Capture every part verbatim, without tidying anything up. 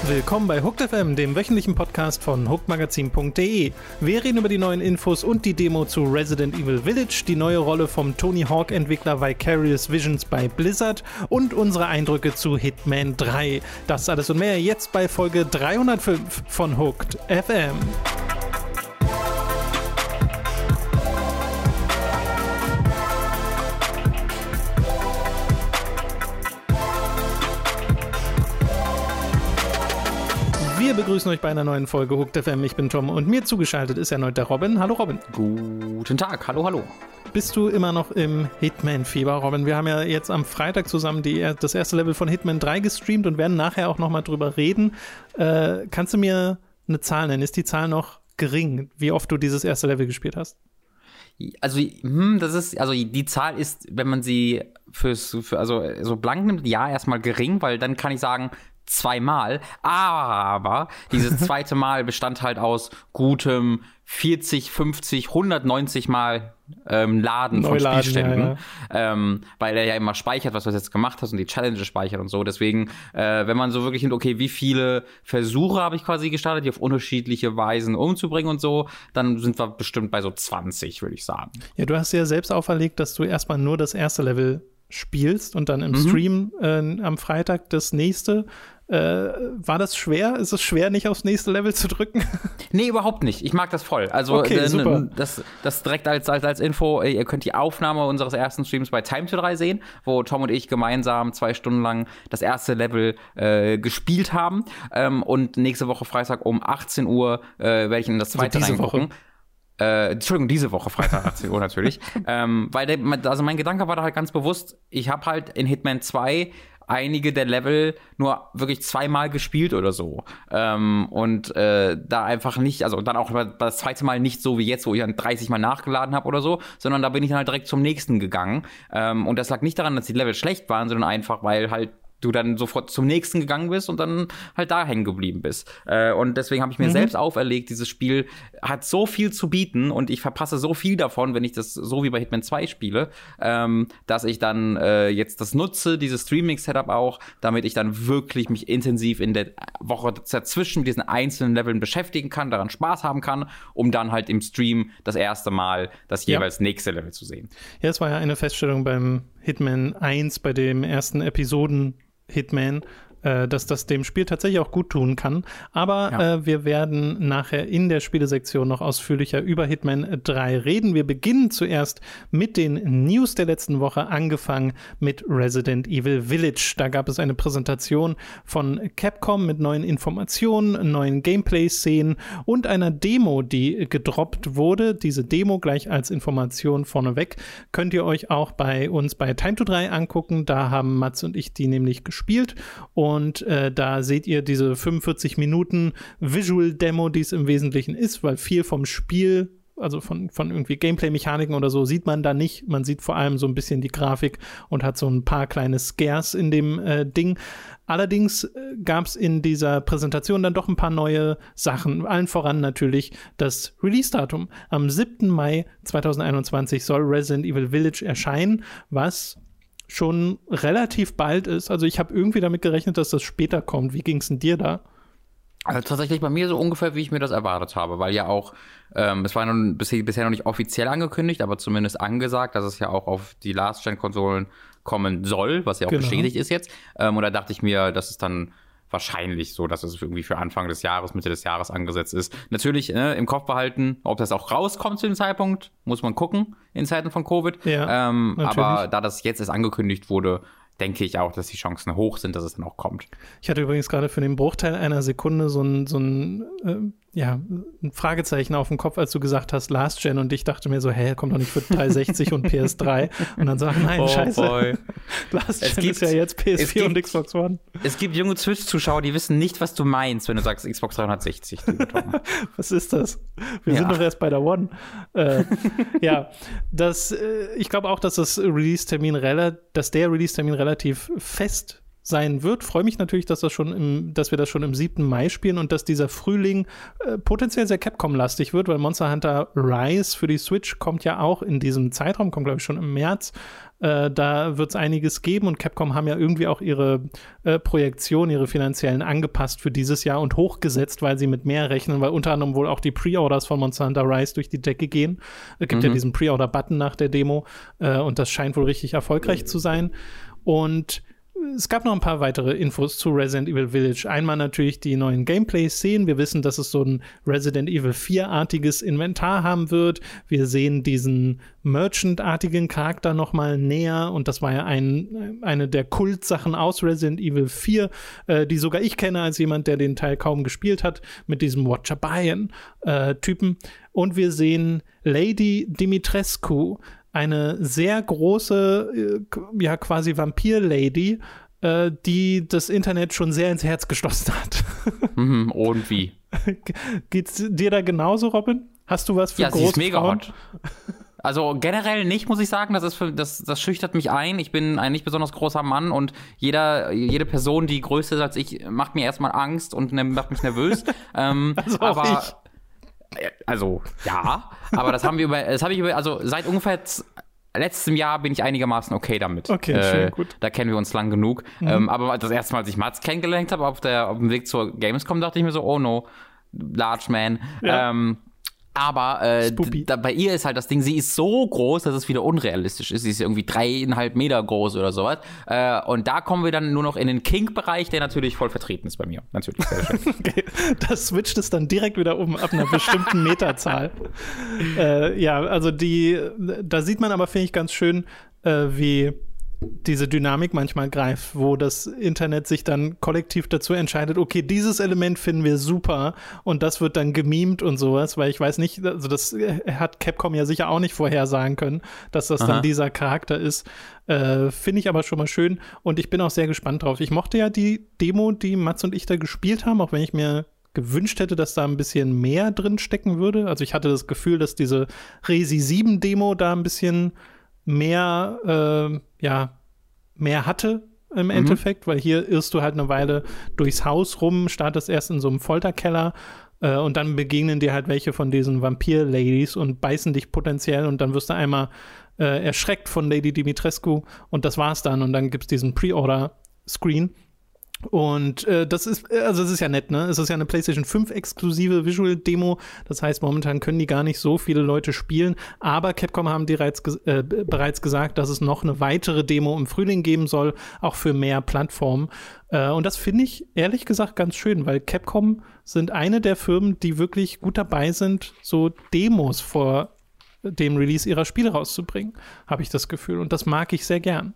Willkommen bei Hooked F M, dem wöchentlichen Podcast von hooked magazin punkt de. Wir reden über die neuen Infos und die Demo zu Resident Evil Village, die neue Rolle vom Tony Hawk-Entwickler Vicarious Visions bei Blizzard und unsere Eindrücke zu Hitman drei. Das alles und mehr jetzt bei Folge dreihundertfünf von Hooked F M. Wir begrüßen euch bei einer neuen Folge Hooked F M. Ich bin Tom und mir zugeschaltet ist erneut der Robin. Hallo Robin. Guten Tag, hallo, hallo. Bist du immer noch im Hitman-Fieber, Robin? Wir haben ja jetzt am Freitag zusammen die, das erste Level von Hitman drei gestreamt und werden nachher auch nochmal drüber reden. Äh, kannst du mir eine Zahl nennen? Ist die Zahl noch gering, wie oft du dieses erste Level gespielt hast? Also, hm, das ist, also die Zahl ist, wenn man sie fürs, für, also so blank nimmt, ja, erstmal gering, weil dann kann ich sagen, zweimal, aber dieses zweite Mal bestand halt aus gutem vierzig, fünfzig, hundertneunzig Mal ähm, Laden von Neuladen, Spielständen, ja, ja. Ähm, weil er ja immer speichert, was du jetzt gemacht hast und die Challenges speichert und so. Deswegen, äh, wenn man so wirklich nimmt, okay, wie viele Versuche habe ich quasi gestartet, die auf unterschiedliche Weisen umzubringen und so, dann sind wir bestimmt bei so zwanzig, würde ich sagen. Ja, du hast dir ja selbst auferlegt, dass du erstmal nur das erste Level spielst und dann im mhm. Stream äh, am Freitag das nächste. Äh, war das schwer? Ist es schwer, nicht aufs nächste Level zu drücken? Nee, überhaupt nicht. Ich mag das voll. Also okay, äh, super. Das, das direkt als, als, als Info, ihr könnt die Aufnahme unseres ersten Streams bei Time to drei sehen, wo Tom und ich gemeinsam zwei Stunden lang das erste Level äh, gespielt haben. Ähm, und nächste Woche Freitag um achtzehn Uhr äh, werde ich in das zweite also diese reingucken. Woche. Äh, Entschuldigung, diese Woche, Freitag achtzehn Uhr natürlich. ähm, weil der, also mein Gedanke war da halt ganz bewusst, ich habe halt in Hitman zwei einige der Level nur wirklich zweimal gespielt oder so. Ähm, und äh, da einfach nicht, also dann auch das zweite Mal nicht so wie jetzt, wo ich dann dreißig Mal nachgeladen habe oder so, sondern da bin ich dann halt direkt zum nächsten gegangen. Ähm, und das lag nicht daran, dass die Level schlecht waren, sondern einfach, weil halt du dann sofort zum nächsten gegangen bist und dann halt da hängen geblieben bist. Äh, und deswegen habe ich mir mhm. selbst auferlegt, dieses Spiel hat so viel zu bieten und ich verpasse so viel davon, wenn ich das so wie bei Hitman zwei spiele, ähm, dass ich dann äh, jetzt das nutze, dieses Streaming-Setup auch, damit ich dann wirklich mich intensiv in der Woche dazwischen mit diesen einzelnen Leveln beschäftigen kann, daran Spaß haben kann, um dann halt im Stream das erste Mal das jeweils ja. nächste Level zu sehen. Ja, es war ja eine Feststellung beim Hitman eins, bei dem ersten Episoden Hitman, äh, dass das dem Spiel tatsächlich auch gut tun kann. Aber ja. äh, wir werden nachher in der Spielesektion noch ausführlicher über Hitman drei reden. Wir beginnen zuerst mit den News der letzten Woche, angefangen mit Resident Evil Village. Da gab es eine Präsentation von Capcom mit neuen Informationen, neuen Gameplay-Szenen und einer Demo, die gedroppt wurde. Diese Demo gleich als Information vorneweg könnt ihr euch auch bei uns bei Time to drei angucken. Da haben Mats und ich die nämlich gespielt und Und äh, da seht ihr diese fünfundvierzig Minuten Visual-Demo, die es im Wesentlichen ist, weil viel vom Spiel, also von, von irgendwie Gameplay-Mechaniken oder so, sieht man da nicht. Man sieht vor allem so ein bisschen die Grafik und hat so ein paar kleine Scares in dem äh, Ding. Allerdings äh, gab es in dieser Präsentation dann doch ein paar neue Sachen. Allen voran natürlich das Release-Datum. Am siebten Mai zweitausendeinundzwanzig soll Resident Evil Village erscheinen, was schon relativ bald ist. Also ich habe irgendwie damit gerechnet, dass das später kommt. Wie ging es denn dir da? Also tatsächlich bei mir so ungefähr, wie ich mir das erwartet habe, weil ja auch, ähm, es war nun bisher, bisher noch nicht offiziell angekündigt, aber zumindest angesagt, dass es ja auch auf die Last-Gen-Konsolen kommen soll, was ja auch genau. bestätigt ist jetzt. Ähm, und da dachte ich mir, dass es dann wahrscheinlich so, dass es irgendwie für Anfang des Jahres, Mitte des Jahres angesetzt ist. Natürlich ne, im Kopf behalten, ob das auch rauskommt zu dem Zeitpunkt, muss man gucken in Zeiten von Covid. Ja, ähm, aber da das jetzt erst angekündigt wurde, denke ich auch, dass die Chancen hoch sind, dass es dann auch kommt. Ich hatte übrigens gerade für den Bruchteil einer Sekunde so ein, so ein, äh, ja, ein Fragezeichen auf dem Kopf, als du gesagt hast Last Gen und ich dachte mir so, hä, kommt doch nicht für dreihundertsechzig und P S drei und dann sagen, nein, oh, scheiße, boy. Last es Gen gibt, ist ja jetzt P S vier gibt, und Xbox One. Es gibt junge Twitch-Zuschauer, die wissen nicht, was du meinst, wenn du sagst Xbox dreihundertsechzig. Was ist das? Wir ja. sind doch erst bei der One. Äh, ja, das, äh, ich glaube auch, dass das Release-Termin rela- dass der Release-Termin relativ fest sein wird. Freue mich natürlich, dass das schon im, dass wir das schon im siebten Mai spielen und dass dieser Frühling äh, potenziell sehr Capcom-lastig wird, weil Monster Hunter Rise für die Switch kommt ja auch in diesem Zeitraum, kommt glaube ich schon im März. Äh, da wird es einiges geben und Capcom haben ja irgendwie auch ihre äh, Projektion, ihre finanziellen angepasst für dieses Jahr und hochgesetzt, weil sie mit mehr rechnen, weil unter anderem wohl auch die Pre-Orders von Monster Hunter Rise durch die Decke gehen. Es gibt mhm. ja diesen Pre-Order-Button nach der Demo äh, und das scheint wohl richtig erfolgreich zu sein. Und es gab noch ein paar weitere Infos zu Resident Evil Village. Einmal natürlich die neuen Gameplay-Szenen. Wir wissen, dass es so ein Resident Evil vier-artiges Inventar haben wird. Wir sehen diesen Merchant-artigen Charakter noch mal näher. Und das war ja ein, eine der Kultsachen aus Resident Evil vier, äh, die sogar ich kenne als jemand, der den Teil kaum gespielt hat, mit diesem Watcher-Buy-In-Typen. Äh, Und wir sehen Lady Dimitrescu, eine sehr große, ja quasi Vampir-Lady, äh, die das Internet schon sehr ins Herz geschlossen hat. Mhm, und wie? Geht's dir da genauso, Robin? Hast du was für ja, Großfrauen? Ja, sie ist mega hot. Also generell nicht, muss ich sagen, das ist für, das, das schüchtert mich ein. Ich bin ein nicht besonders großer Mann und jeder, jede Person, die größer ist als ich, macht mir erstmal Angst und ne, macht mich nervös. ähm, also auch aber ich. Also, ja, aber das haben wir über, das habe ich über, also seit ungefähr letztem Jahr bin ich einigermaßen okay damit. Okay, äh, schön, gut. Da kennen wir uns lang genug. Mhm. Ähm, aber das erste Mal, als ich Mats kennengelernt habe, auf, der, auf dem Weg zur Gamescom, dachte ich mir so, oh no, Large Man. Ja. Ähm, aber äh, d- da, bei ihr ist halt das Ding, sie ist so groß, dass es wieder unrealistisch ist. Sie ist irgendwie dreieinhalb Meter groß oder sowas. Äh, und da kommen wir dann nur noch in den Kink-Bereich, der natürlich voll vertreten ist bei mir. Natürlich, sehr schön. Okay, das switcht es dann direkt wieder um ab einer bestimmten Meterzahl. äh, ja, also die, da sieht man aber, finde ich, ganz schön, äh, wie diese Dynamik manchmal greift, wo das Internet sich dann kollektiv dazu entscheidet, okay, dieses Element finden wir super und das wird dann gemimt und sowas, weil ich weiß nicht, also das hat Capcom ja sicher auch nicht vorhersagen können, dass das Aha. dann dieser Charakter ist. Äh, finde ich aber schon mal schön und ich bin auch sehr gespannt drauf. Ich mochte ja die Demo, die Mats und ich da gespielt haben, auch wenn ich mir gewünscht hätte, dass da ein bisschen mehr drin stecken würde. Also ich hatte das Gefühl, dass diese Resi sieben Demo da ein bisschen mehr, äh, ja, mehr hatte im mhm. Endeffekt, weil hier irrst du halt eine Weile durchs Haus rum, startest erst in so einem Folterkeller äh, und dann begegnen dir halt welche von diesen Vampir-Ladies und beißen dich potenziell und dann wirst du einmal äh, erschreckt von Lady Dimitrescu und das war's dann und dann gibt's diesen Pre-Order-Screen. Und äh, das ist, also es ist ja nett, ne? Es ist ja eine PlayStation fünf exklusive Visual-Demo. Das heißt, momentan können die gar nicht so viele Leute spielen. Aber Capcom haben bereits, äh, bereits gesagt, dass es noch eine weitere Demo im Frühling geben soll, auch für mehr Plattformen. Äh, und das finde ich ehrlich gesagt ganz schön, weil Capcom sind eine der Firmen, die wirklich gut dabei sind, so Demos vor dem Release ihrer Spiele rauszubringen, habe ich das Gefühl. Und das mag ich sehr gern.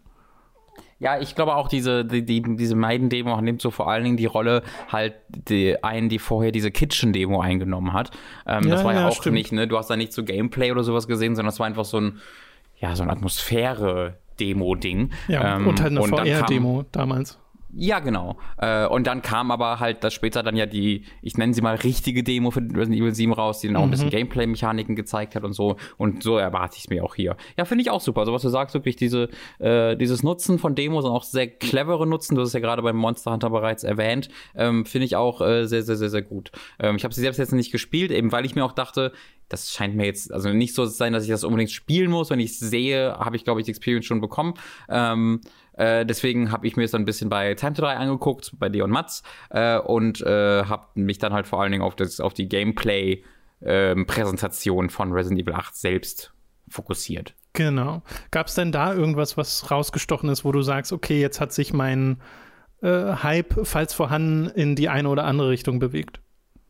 Ja, ich glaube auch, diese, die, die, diese Maiden-Demo nimmt so vor allen Dingen die Rolle halt die, ein, die vorher diese Kitchen-Demo eingenommen hat. Ähm, ja, das war ja, ja auch stimmt. nicht, ne, du hast da nicht so Gameplay oder sowas gesehen, sondern das war einfach so ein, ja, so ein Atmosphäre-Demo-Ding. Ja, ähm, und halt eine V R-Demo damals. Ja, genau. Äh, und dann kam aber halt das später dann ja die, ich nenne sie mal richtige Demo für Resident Evil sieben raus, die dann auch ein bisschen mhm. Gameplay-Mechaniken gezeigt hat und so. Und so erwarte ich es mir auch hier. Ja, finde ich auch super. So was du sagst, wirklich diese, äh, dieses Nutzen von Demos und auch sehr clevere Nutzen, du hast es ja gerade beim Monster Hunter bereits erwähnt, ähm, finde ich auch äh, sehr, sehr, sehr, sehr gut. Ähm, ich habe sie selbst jetzt nicht gespielt, eben weil ich mir auch dachte, das scheint mir jetzt, also nicht so zu sein, dass ich das unbedingt spielen muss. Wenn ich es sehe, habe ich, glaube ich, die Experience schon bekommen. Ähm, äh, deswegen habe ich mir es dann ein bisschen bei Time to Die angeguckt, bei dir und Mats, äh, und äh, habe mich dann halt vor allen Dingen auf, das, auf die Gameplay-Präsentation ähm, von Resident Evil acht selbst fokussiert. Genau. Gab es denn da irgendwas, was rausgestochen ist, wo du sagst, okay, jetzt hat sich mein äh, Hype, falls vorhanden, in die eine oder andere Richtung bewegt?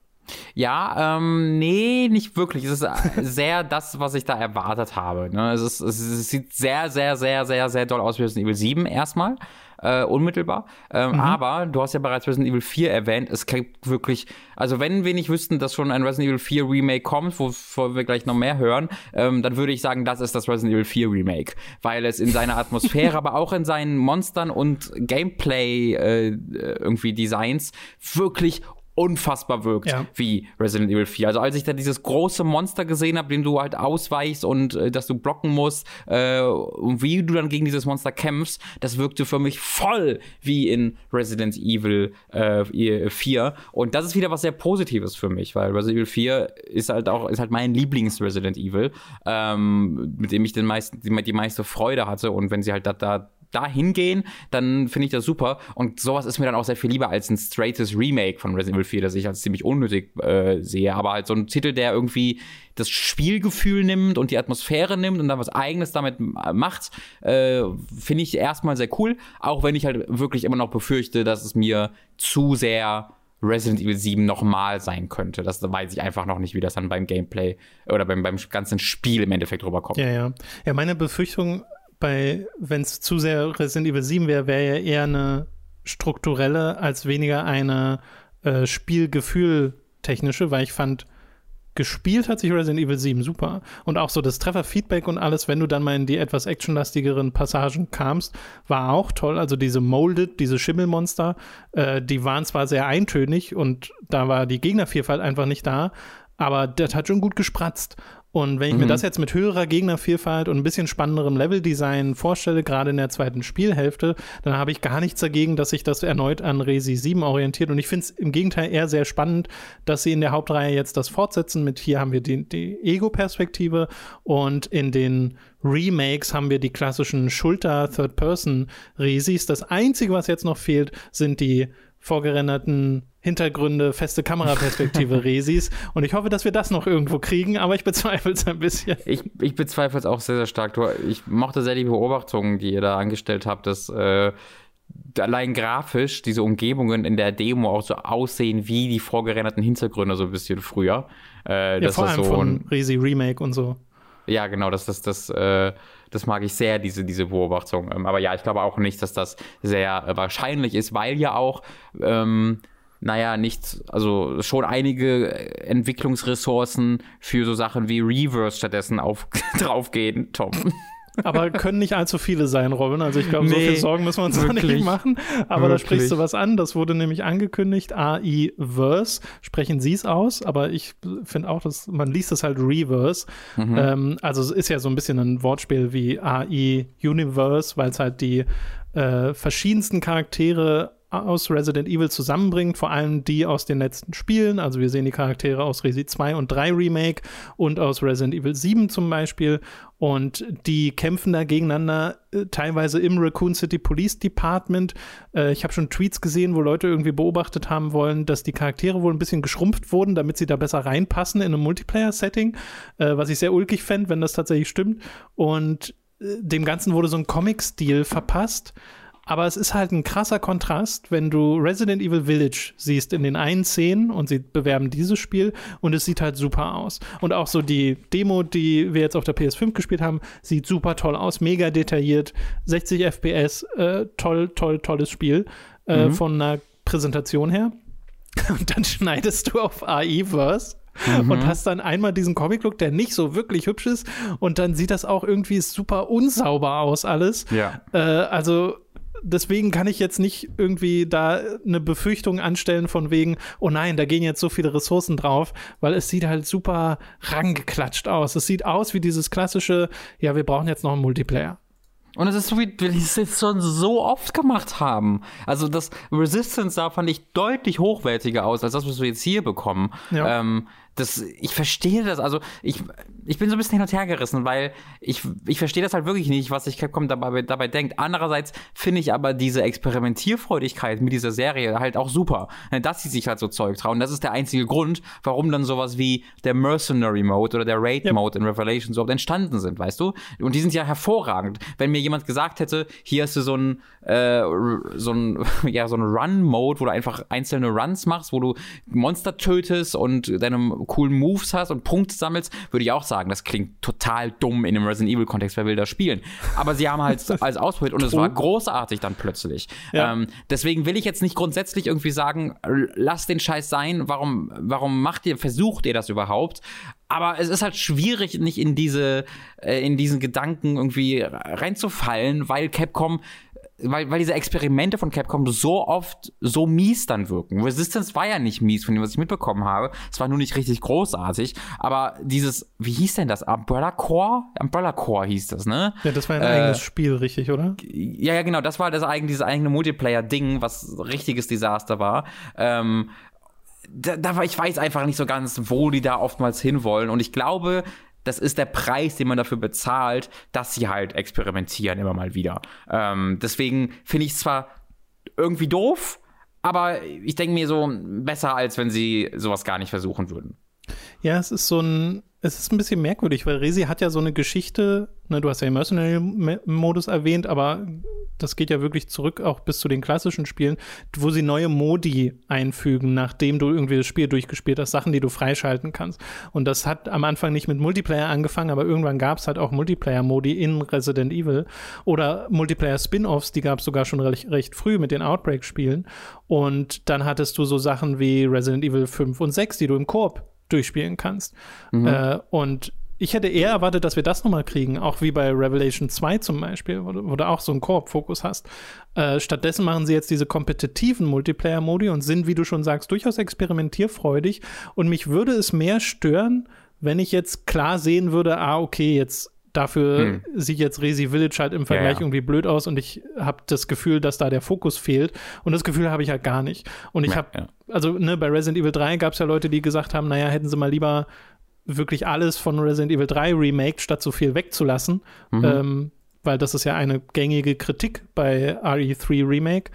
Ja, ähm, nee, nicht wirklich. Es ist sehr das, was ich da erwartet habe. Ne? Es, ist, es sieht sehr, sehr, sehr, sehr, sehr doll aus wie Resident Evil sieben erstmal, äh, unmittelbar. Ähm, mhm. Aber du hast ja bereits Resident Evil vier erwähnt. Es gibt wirklich, also wenn wir nicht wüssten, dass schon ein Resident Evil vier Remake kommt, wovon wir gleich noch mehr hören, ähm, dann würde ich sagen, das ist das Resident Evil vier Remake. Weil es in seiner Atmosphäre, aber auch in seinen Monstern und Gameplay äh, irgendwie Designs wirklich unfassbar wirkt ja. wie Resident Evil vier. Also als ich da dieses große Monster gesehen habe, dem du halt ausweichst und äh, dass du blocken musst äh, und wie du dann gegen dieses Monster kämpfst, das wirkte für mich voll wie in Resident Evil äh, vier. Und das ist wieder was sehr Positives für mich, weil Resident Evil vier ist halt auch ist halt mein Lieblings-Resident Evil, ähm, mit dem ich den meisten, die, die meiste Freude hatte. Und wenn sie halt da, da da hingehen, dann finde ich das super. Und sowas ist mir dann auch sehr viel lieber als ein straightes Remake von Resident Evil vier, das ich als ziemlich unnötig äh, sehe. Aber halt so ein Titel, der irgendwie das Spielgefühl nimmt und die Atmosphäre nimmt und dann was Eigenes damit macht, äh, finde ich erstmal sehr cool. Auch wenn ich halt wirklich immer noch befürchte, dass es mir zu sehr Resident Evil sieben nochmal sein könnte. Das weiß ich einfach noch nicht, wie das dann beim Gameplay oder beim, beim ganzen Spiel im Endeffekt rüberkommt. Ja, ja. Ja, meine Befürchtung bei, wenn es zu sehr Resident Evil sieben wäre, wäre ja eher eine strukturelle als weniger eine äh, Spielgefühl-technische, weil ich fand, gespielt hat sich Resident Evil sieben super. Und auch so das Trefferfeedback und alles, wenn du dann mal in die etwas actionlastigeren Passagen kamst, war auch toll. Also diese Molded, diese Schimmelmonster, äh, die waren zwar sehr eintönig und da war die Gegnervielfalt einfach nicht da, aber das hat schon gut gespratzt. Und wenn ich mhm. mir das jetzt mit höherer Gegnervielfalt und ein bisschen spannenderem Leveldesign vorstelle, gerade in der zweiten Spielhälfte, dann habe ich gar nichts dagegen, dass sich das erneut an Resi sieben orientiert. Und ich finde es im Gegenteil eher sehr spannend, dass sie in der Hauptreihe jetzt das fortsetzen. Mit hier haben wir die, die Ego-Perspektive und in den Remakes haben wir die klassischen Schulter-Third-Person-Resis. Das Einzige, was jetzt noch fehlt, sind die vorgerenderten Hintergründe, feste Kameraperspektive Resis. Und ich hoffe, dass wir das noch irgendwo kriegen, aber ich bezweifle es ein bisschen. Ich, ich bezweifle es auch sehr, sehr stark. Ich mochte sehr die Beobachtungen, die ihr da angestellt habt, dass äh, allein grafisch diese Umgebungen in der Demo auch so aussehen wie die vorgerenderten Hintergründe so ein bisschen früher. Äh, ja, das vor ist allem so von Resi Remake und so. Ja, genau, das, das, das, äh, das mag ich sehr, diese, diese Beobachtung. Ähm, aber ja, ich glaube auch nicht, dass das sehr äh, wahrscheinlich ist, weil ja auch, ähm, naja, nicht, also schon einige Entwicklungsressourcen für so Sachen wie Reverse stattdessen auf, draufgehen, Tom. Aber können nicht allzu viele sein, Robin. Also ich glaube, nee, so viel Sorgen müssen wir uns auch nicht machen. Aber wirklich? Da sprichst du was an. Das wurde nämlich angekündigt. A I-Verse. Sprechen Sie es aus? Aber ich finde auch, dass man liest es halt Reverse. Mhm. Ähm, also es ist ja so ein bisschen ein Wortspiel wie A I-Universe, weil es halt die äh, verschiedensten Charaktere aus Resident Evil zusammenbringt, vor allem die aus den letzten Spielen. Also wir sehen die Charaktere aus Resi zwei und drei Remake und aus Resident Evil sieben zum Beispiel. Und die kämpfen da gegeneinander, äh, teilweise im Raccoon City Police Department. Äh, ich habe schon Tweets gesehen, wo Leute irgendwie beobachtet haben wollen, dass die Charaktere wohl ein bisschen geschrumpft wurden, damit sie da besser reinpassen in einem Multiplayer-Setting, äh, was ich sehr ulkig fände, wenn das tatsächlich stimmt. Und äh, dem Ganzen wurde so ein Comic-Stil verpasst. Aber es ist halt ein krasser Kontrast, wenn du Resident Evil Village siehst in den einen Szenen und sie bewerben dieses Spiel und es sieht halt super aus. Und auch so die Demo, die wir jetzt auf der P S fünf gespielt haben, sieht super toll aus, mega detailliert, sechzig F P S, äh, toll, toll, tolles Spiel äh, mhm. von einer Präsentation her. Und dann schneidest du auf A I-Verse. Mhm. Und hast dann einmal diesen Comic-Look, der nicht so wirklich hübsch ist und dann sieht das auch irgendwie super unsauber aus alles. Ja. Äh, also deswegen kann ich jetzt nicht irgendwie da eine Befürchtung anstellen von wegen, oh nein, da gehen jetzt so viele Ressourcen drauf, weil es sieht halt super rangeklatscht aus. Es sieht aus wie dieses klassische, ja, wir brauchen jetzt noch einen Multiplayer. Und es ist so, wie wir es jetzt schon so oft gemacht haben. Also das Resistance da fand ich deutlich hochwertiger aus, als das, was wir jetzt hier bekommen. Ja. Ähm, das, ich verstehe das, also ich, ich bin so ein bisschen hin und her gerissen, weil ich, ich verstehe das halt wirklich nicht, was sich Capcom dabei, dabei denkt. Andererseits finde ich aber diese Experimentierfreudigkeit mit dieser Serie halt auch super, dass sie sich halt so Zeug trauen. Das ist der einzige Grund, warum dann sowas wie der Mercenary Mode oder der Raid yep. Mode in Revelations überhaupt entstanden sind, weißt du? Und die sind ja hervorragend. Wenn mir jemand gesagt hätte, hier hast du so ein, äh, so ein, ja, so ein Run-Mode, wo du einfach einzelne Runs machst, wo du Monster tötest und deine coolen Moves hast und Punkte sammelst, würde ich auch sagen, das klingt total dumm in einem Resident Evil-Kontext, wer will das spielen? Aber sie haben halt alles ausprobiert und es war großartig dann plötzlich. Ja. Ähm, deswegen will ich jetzt nicht grundsätzlich irgendwie sagen, lasst den Scheiß sein, warum, warum macht ihr, versucht ihr das überhaupt? Aber es ist halt schwierig, nicht in diese, äh, in diesen Gedanken irgendwie reinzufallen, weil Capcom weil, weil diese Experimente von Capcom so oft so mies dann wirken. Resistance war ja nicht mies, von dem, was ich mitbekommen habe. Es war nur nicht richtig großartig. Aber dieses, wie hieß denn das? Umbrella Corps? Umbrella Corps hieß das, ne? Ja, das war ein äh, eigenes Spiel, richtig, oder? Ja, ja, genau. Das war das eigene, dieses eigene Multiplayer-Ding, was richtiges Desaster war. Ähm, da, da war, ich weiß einfach nicht so ganz, wo die da oftmals hinwollen. Und ich glaube, das ist der Preis, den man dafür bezahlt, dass sie halt experimentieren immer mal wieder. Ähm, deswegen finde ich es zwar irgendwie doof, aber ich denke mir so, besser, als wenn sie sowas gar nicht versuchen würden. Ja, es ist so ein, es ist ein bisschen merkwürdig, weil Resi hat ja so eine Geschichte, ne, du hast ja den Mercenary-Modus erwähnt, aber das geht ja wirklich zurück auch bis zu den klassischen Spielen, wo sie neue Modi einfügen, nachdem du irgendwie das Spiel durchgespielt hast, Sachen, die du freischalten kannst. Und das hat am Anfang nicht mit Multiplayer angefangen, aber irgendwann gab es halt auch Multiplayer-Modi in Resident Evil oder Multiplayer-Spin-Offs, die gab es sogar schon recht, recht früh mit den Outbreak-Spielen. Und dann hattest du so Sachen wie Resident Evil fünf und sechs, die du im Koop durchspielen kannst. Mhm. Äh, und ich hätte eher erwartet, dass wir das nochmal kriegen, auch wie bei Revelation zwei zum Beispiel, wo, wo du auch so einen Koop-Fokus hast. Äh, stattdessen machen sie jetzt diese kompetitiven Multiplayer-Modi und sind, wie du schon sagst, durchaus experimentierfreudig. Und mich würde es mehr stören, wenn ich jetzt klar sehen würde, ah, okay, jetzt dafür hm. sieht jetzt Resi Village halt im Vergleich ja, ja. irgendwie blöd aus und ich habe das Gefühl, dass da der Fokus fehlt. Und das Gefühl habe ich halt gar nicht. Und ich ja, habe, ja. also ne, bei Resident Evil drei gab es ja Leute, die gesagt haben, naja, hätten sie mal lieber wirklich alles von Resident Evil drei remaked, statt so viel wegzulassen. Mhm. Ähm, weil das ist ja eine gängige Kritik bei R E drei Remake.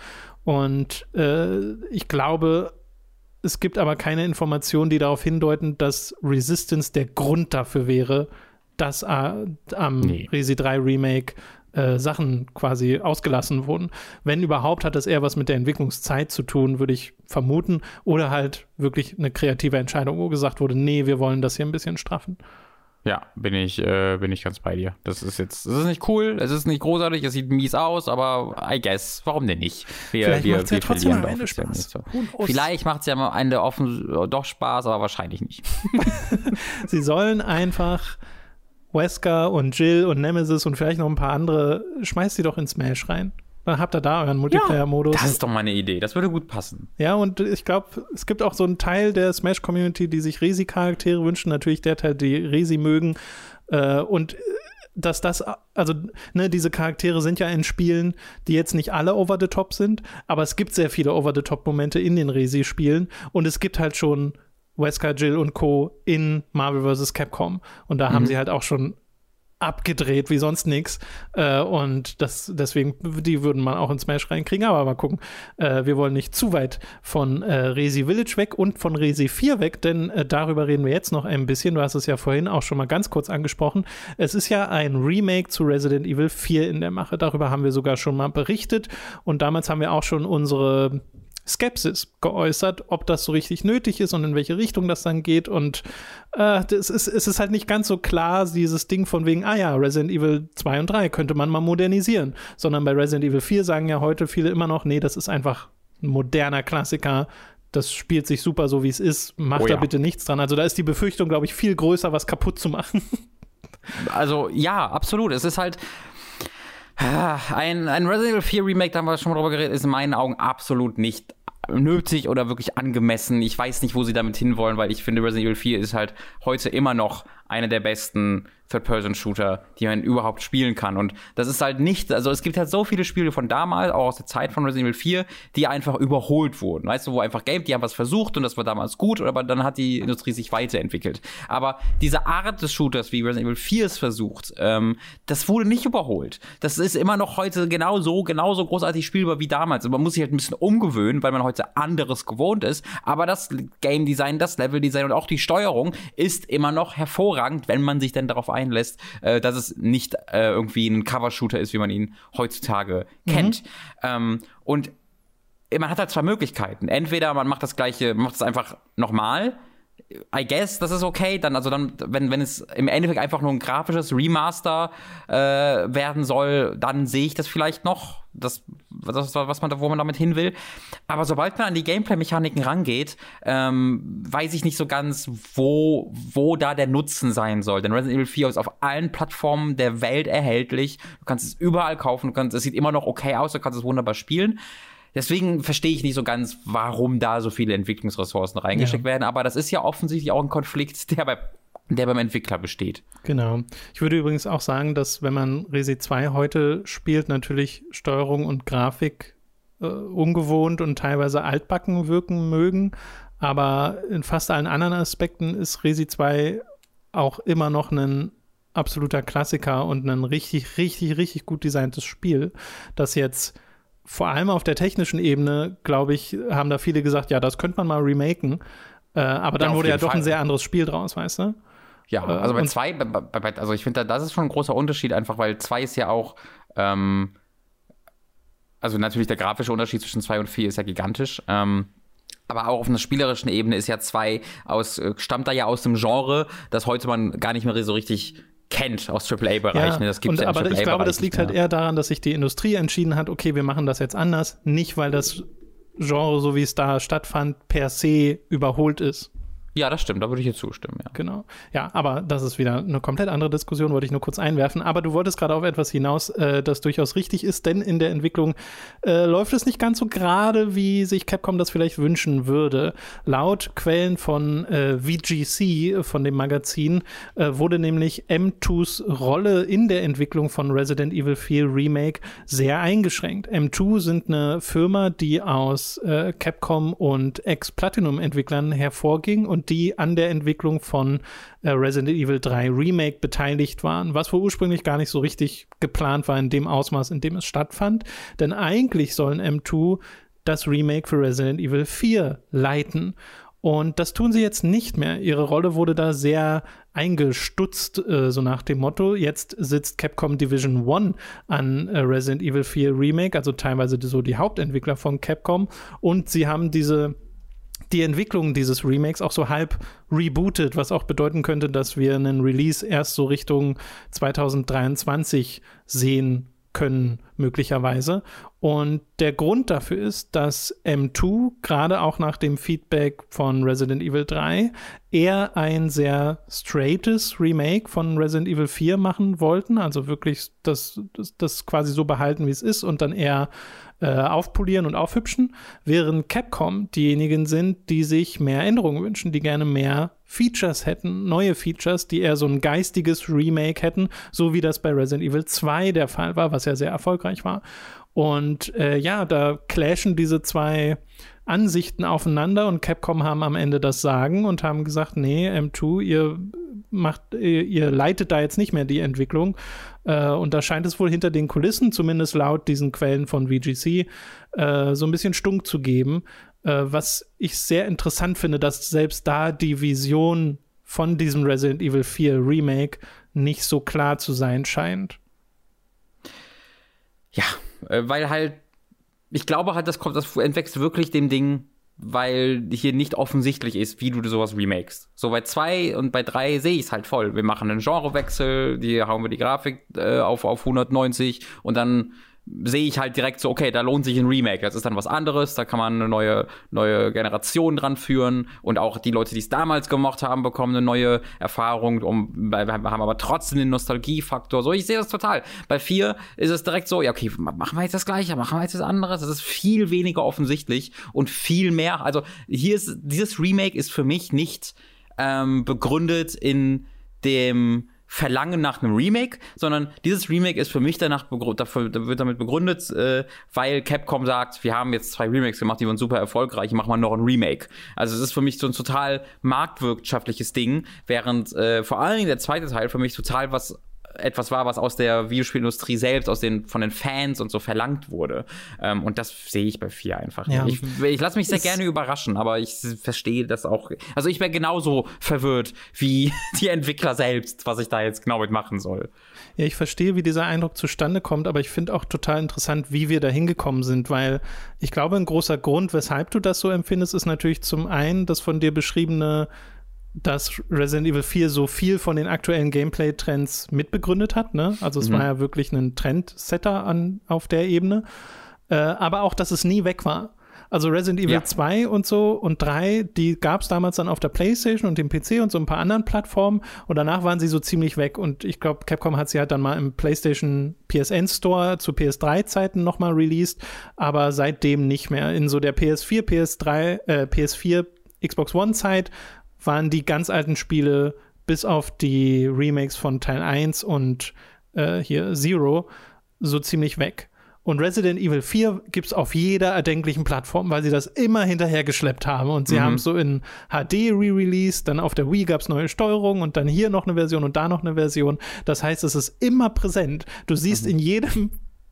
Und äh, ich glaube, es gibt aber keine Informationen, die darauf hindeuten, dass Resistance der Grund dafür wäre, dass äh, am nee. Resi drei Remake äh, Sachen quasi ausgelassen wurden. Wenn überhaupt, hat das eher was mit der Entwicklungszeit zu tun, würde ich vermuten. Oder halt wirklich eine kreative Entscheidung, wo gesagt wurde, nee, wir wollen das hier ein bisschen straffen. Ja, bin ich, äh, bin ich ganz bei dir. Das ist jetzt, das ist nicht cool, es ist nicht großartig, es sieht mies aus, aber I guess, warum denn nicht? Wir, Vielleicht wir, macht's ja wir trotzdem am Ende Spaß. So. Vielleicht macht es ja am Ende offen doch Spaß, aber wahrscheinlich nicht. Sie sollen einfach Wesker und Jill und Nemesis und vielleicht noch ein paar andere, schmeißt sie doch in Smash rein. Dann habt ihr da euren Multiplayer-Modus. Ja, das ist doch mal eine Idee. Das würde gut passen. Ja, und ich glaube, es gibt auch so einen Teil der Smash-Community, die sich Resi-Charaktere wünschen. Natürlich der Teil, die Resi mögen. Äh, und dass das, also ne, diese Charaktere sind ja in Spielen, die jetzt nicht alle over the top sind, aber es gibt sehr viele over the top Momente in den Resi-Spielen. Und es gibt halt schon Wesker, Jill und Co. in Marvel versus. Capcom. Und da mhm. haben sie halt auch schon abgedreht wie sonst nichts. Äh, und das, deswegen, die würden man auch in Smash reinkriegen. Aber mal gucken. Äh, wir wollen nicht zu weit von äh, Resi Village weg und von Resi vier weg, denn äh, darüber reden wir jetzt noch ein bisschen. Du hast es ja vorhin auch schon mal ganz kurz angesprochen. Es ist ja ein Remake zu Resident Evil vier in der Mache. Darüber haben wir sogar schon mal berichtet. Und damals haben wir auch schon unsere Skepsis geäußert, ob das so richtig nötig ist und in welche Richtung das dann geht. Und äh, das ist, es ist halt nicht ganz so klar, dieses Ding von wegen, ah ja, Resident Evil zwei und drei könnte man mal modernisieren. Sondern bei Resident Evil vier sagen ja heute viele immer noch, nee, das ist einfach ein moderner Klassiker. Das spielt sich super so, wie es ist. Macht oh ja. da bitte nichts dran. Also da ist die Befürchtung, glaube ich, viel größer, was kaputt zu machen. Also ja, absolut. Es ist halt Ein, ein Resident Evil vier Remake, da haben wir schon mal drüber geredet, ist in meinen Augen absolut nicht nötig oder wirklich angemessen. Ich weiß nicht, wo sie damit hinwollen, weil ich finde, Resident Evil vier ist halt heute immer noch einer der besten Third-Person-Shooter, die man überhaupt spielen kann. Und das ist halt nicht, also es gibt halt so viele Spiele von damals, auch aus der Zeit von Resident Evil vier, die einfach überholt wurden. Weißt du, wo einfach Game, die haben was versucht und das war damals gut, aber dann hat die Industrie sich weiterentwickelt. Aber diese Art des Shooters, wie Resident Evil vier es versucht, ähm, das wurde nicht überholt. Das ist immer noch heute genauso, genauso großartig spielbar wie damals. Und man muss sich halt ein bisschen umgewöhnen, weil man heute anderes gewohnt ist. Aber das Game Design, das Level Design und auch die Steuerung ist immer noch hervorragend, wenn man sich denn darauf einlässt, äh, dass es nicht äh, irgendwie ein Cover-Shooter ist, wie man ihn heutzutage mhm. kennt. Ähm, und man hat halt zwei Möglichkeiten. Entweder man macht das Gleiche, macht es einfach nochmal I guess, das ist okay. Dann, also dann, wenn, wenn es im Endeffekt einfach nur ein grafisches Remaster äh, werden soll, dann sehe ich das vielleicht noch. Das, das, was man da, wo man damit hin will. Aber sobald man an die Gameplay-Mechaniken rangeht, ähm, weiß ich nicht so ganz, wo, wo da der Nutzen sein soll. Denn Resident Evil vier ist auf allen Plattformen der Welt erhältlich. Du kannst es überall kaufen, du kannst, es sieht immer noch okay aus, du kannst es wunderbar spielen. Deswegen verstehe ich nicht so ganz, warum da so viele Entwicklungsressourcen reingesteckt ja. werden. Aber das ist ja offensichtlich auch ein Konflikt, der, bei, der beim Entwickler besteht. Genau. Ich würde übrigens auch sagen, dass wenn man Resi zwei heute spielt, natürlich Steuerung und Grafik äh, ungewohnt und teilweise altbacken wirken mögen. Aber in fast allen anderen Aspekten ist Resi zwei auch immer noch ein absoluter Klassiker und ein richtig, richtig, richtig gut designtes Spiel, das jetzt vor allem auf der technischen Ebene, glaube ich, haben da viele gesagt, ja, das könnte man mal remaken. Äh, aber dann ja, wurde ja doch Fall. ein sehr anderes Spiel draus, weißt du? Ja, also bei zwei, bei, bei, also ich finde, das ist schon ein großer Unterschied, einfach weil zwei ist ja auch, ähm, also natürlich der grafische Unterschied zwischen zwei und vier ist ja gigantisch, ähm, aber auch auf einer spielerischen Ebene ist ja zwei aus, stammt da ja aus dem Genre, das heute man gar nicht mehr so richtig kennt aus Triple A-Bereichen. Ja, das gibt's und, ja aber ich glaube, das liegt halt eher daran, dass sich die Industrie entschieden hat, okay, wir machen das jetzt anders, nicht weil das Genre, so wie es da stattfand, per se überholt ist. Ja, das stimmt, da würde ich jetzt zustimmen, ja. Genau. Ja, aber das ist wieder eine komplett andere Diskussion, wollte ich nur kurz einwerfen. Aber du wolltest gerade auf etwas hinaus, äh, das durchaus richtig ist, denn in der Entwicklung äh, läuft es nicht ganz so gerade, wie sich Capcom das vielleicht wünschen würde. Laut Quellen von äh, V G C, von dem Magazin, äh, wurde nämlich M zweis Rolle in der Entwicklung von Resident Evil vier Remake sehr eingeschränkt. M zwei sind eine Firma, die aus äh, Capcom und Ex-Platinum-Entwicklern hervorging und die an der Entwicklung von äh, Resident Evil drei Remake beteiligt waren, was wohl ursprünglich gar nicht so richtig geplant war in dem Ausmaß, in dem es stattfand. Denn eigentlich sollen M zwei das Remake für Resident Evil vier leiten. Und das tun sie jetzt nicht mehr. Ihre Rolle wurde da sehr eingestutzt, äh, so nach dem Motto, jetzt sitzt Capcom Division eins an äh, Resident Evil vier Remake, also teilweise so die Hauptentwickler von Capcom. Und sie haben diese die Entwicklung dieses Remakes auch so halb rebootet, was auch bedeuten könnte, dass wir einen Release erst so Richtung zwanzig dreiundzwanzig sehen können, möglicherweise. Und der Grund dafür ist, dass M zwei, gerade auch nach dem Feedback von Resident Evil drei, eher ein sehr straightes Remake von Resident Evil vier machen wollten, also wirklich das, das, das quasi so behalten, wie es ist und dann eher äh, aufpolieren und aufhübschen, während Capcom diejenigen sind, die sich mehr Änderungen wünschen, die gerne mehr Features hätten, neue Features, die eher so ein geistiges Remake hätten, so wie das bei Resident Evil zwei der Fall war, was ja sehr erfolgreich war. Und äh, ja, da clashen diese zwei Ansichten aufeinander und Capcom haben am Ende das Sagen und haben gesagt, nee, M zwei, ihr macht, ihr, ihr leitet da jetzt nicht mehr die Entwicklung. Äh, und da scheint es wohl hinter den Kulissen, zumindest laut diesen Quellen von V G C, äh, so ein bisschen Stunk zu geben. Äh, was ich sehr interessant finde, dass selbst da die Vision von diesem Resident Evil vier Remake nicht so klar zu sein scheint. Ja, weil halt, ich glaube halt, das kommt, das entwächst wirklich dem Ding, weil hier nicht offensichtlich ist, wie du sowas remakest. So bei zwei und bei drei sehe ich es halt voll. Wir machen einen Genrewechsel, hier hauen wir die Grafik äh, auf, auf hundertneunzig und dann sehe ich halt direkt so, okay, da lohnt sich ein Remake. Das ist dann was anderes, da kann man eine neue, neue Generation dran führen und auch die Leute, die es damals gemacht haben, bekommen eine neue Erfahrung. Um, wir haben aber trotzdem den Nostalgiefaktor. So, ich sehe das total. Bei vier ist es direkt so, ja, okay, machen wir jetzt das Gleiche, machen wir jetzt das andere. Das ist viel weniger offensichtlich und viel mehr. Also hier ist, dieses Remake ist für mich nicht ähm, begründet in dem Verlangen nach einem Remake, sondern dieses Remake ist für mich danach begründet, dafür, wird damit begründet, äh, weil Capcom sagt, wir haben jetzt zwei Remakes gemacht, die waren super erfolgreich, machen wir noch ein Remake. Also es ist für mich so ein total marktwirtschaftliches Ding, während äh, vor allen Dingen der zweite Teil für mich total was etwas war, was aus der Videospielindustrie selbst, aus den, von den Fans und so verlangt wurde. Ähm, und das sehe ich bei vier einfach nicht. Ja. Ich, ich lasse mich sehr es gerne überraschen, aber ich verstehe das auch. Also ich wäre genauso verwirrt wie die Entwickler selbst, was ich da jetzt genau mit machen soll. Ja, ich verstehe, wie dieser Eindruck zustande kommt, aber ich finde auch total interessant, wie wir da hingekommen sind, weil ich glaube, ein großer Grund, weshalb du das so empfindest, ist natürlich zum einen das von dir beschriebene dass Resident Evil vier so viel von den aktuellen Gameplay-Trends mitbegründet hat, ne? Also es mhm. war ja wirklich ein Trendsetter an, auf der Ebene. Äh, aber auch, dass es nie weg war. Also Resident Evil ja. zwei und so und drei, die gab es damals dann auf der PlayStation und dem P C und so ein paar anderen Plattformen und danach waren sie so ziemlich weg und ich glaube, Capcom hat sie halt dann mal im PlayStation P S N Store zu P S drei Zeiten nochmal released, aber seitdem nicht mehr. In so der P S vier, P S drei, äh, P S vier, Xbox One Zeit waren die ganz alten Spiele bis auf die Remakes von Teil eins und äh, hier Zero so ziemlich weg. Und Resident Evil vier gibt's auf jeder erdenklichen Plattform, weil sie das immer hinterher geschleppt haben. Und sie mhm. haben es so in H D re-released, dann auf der Wii gab's neue Steuerung und dann hier noch eine Version und da noch eine Version. Das heißt, es ist immer präsent. Du siehst mhm. in jedem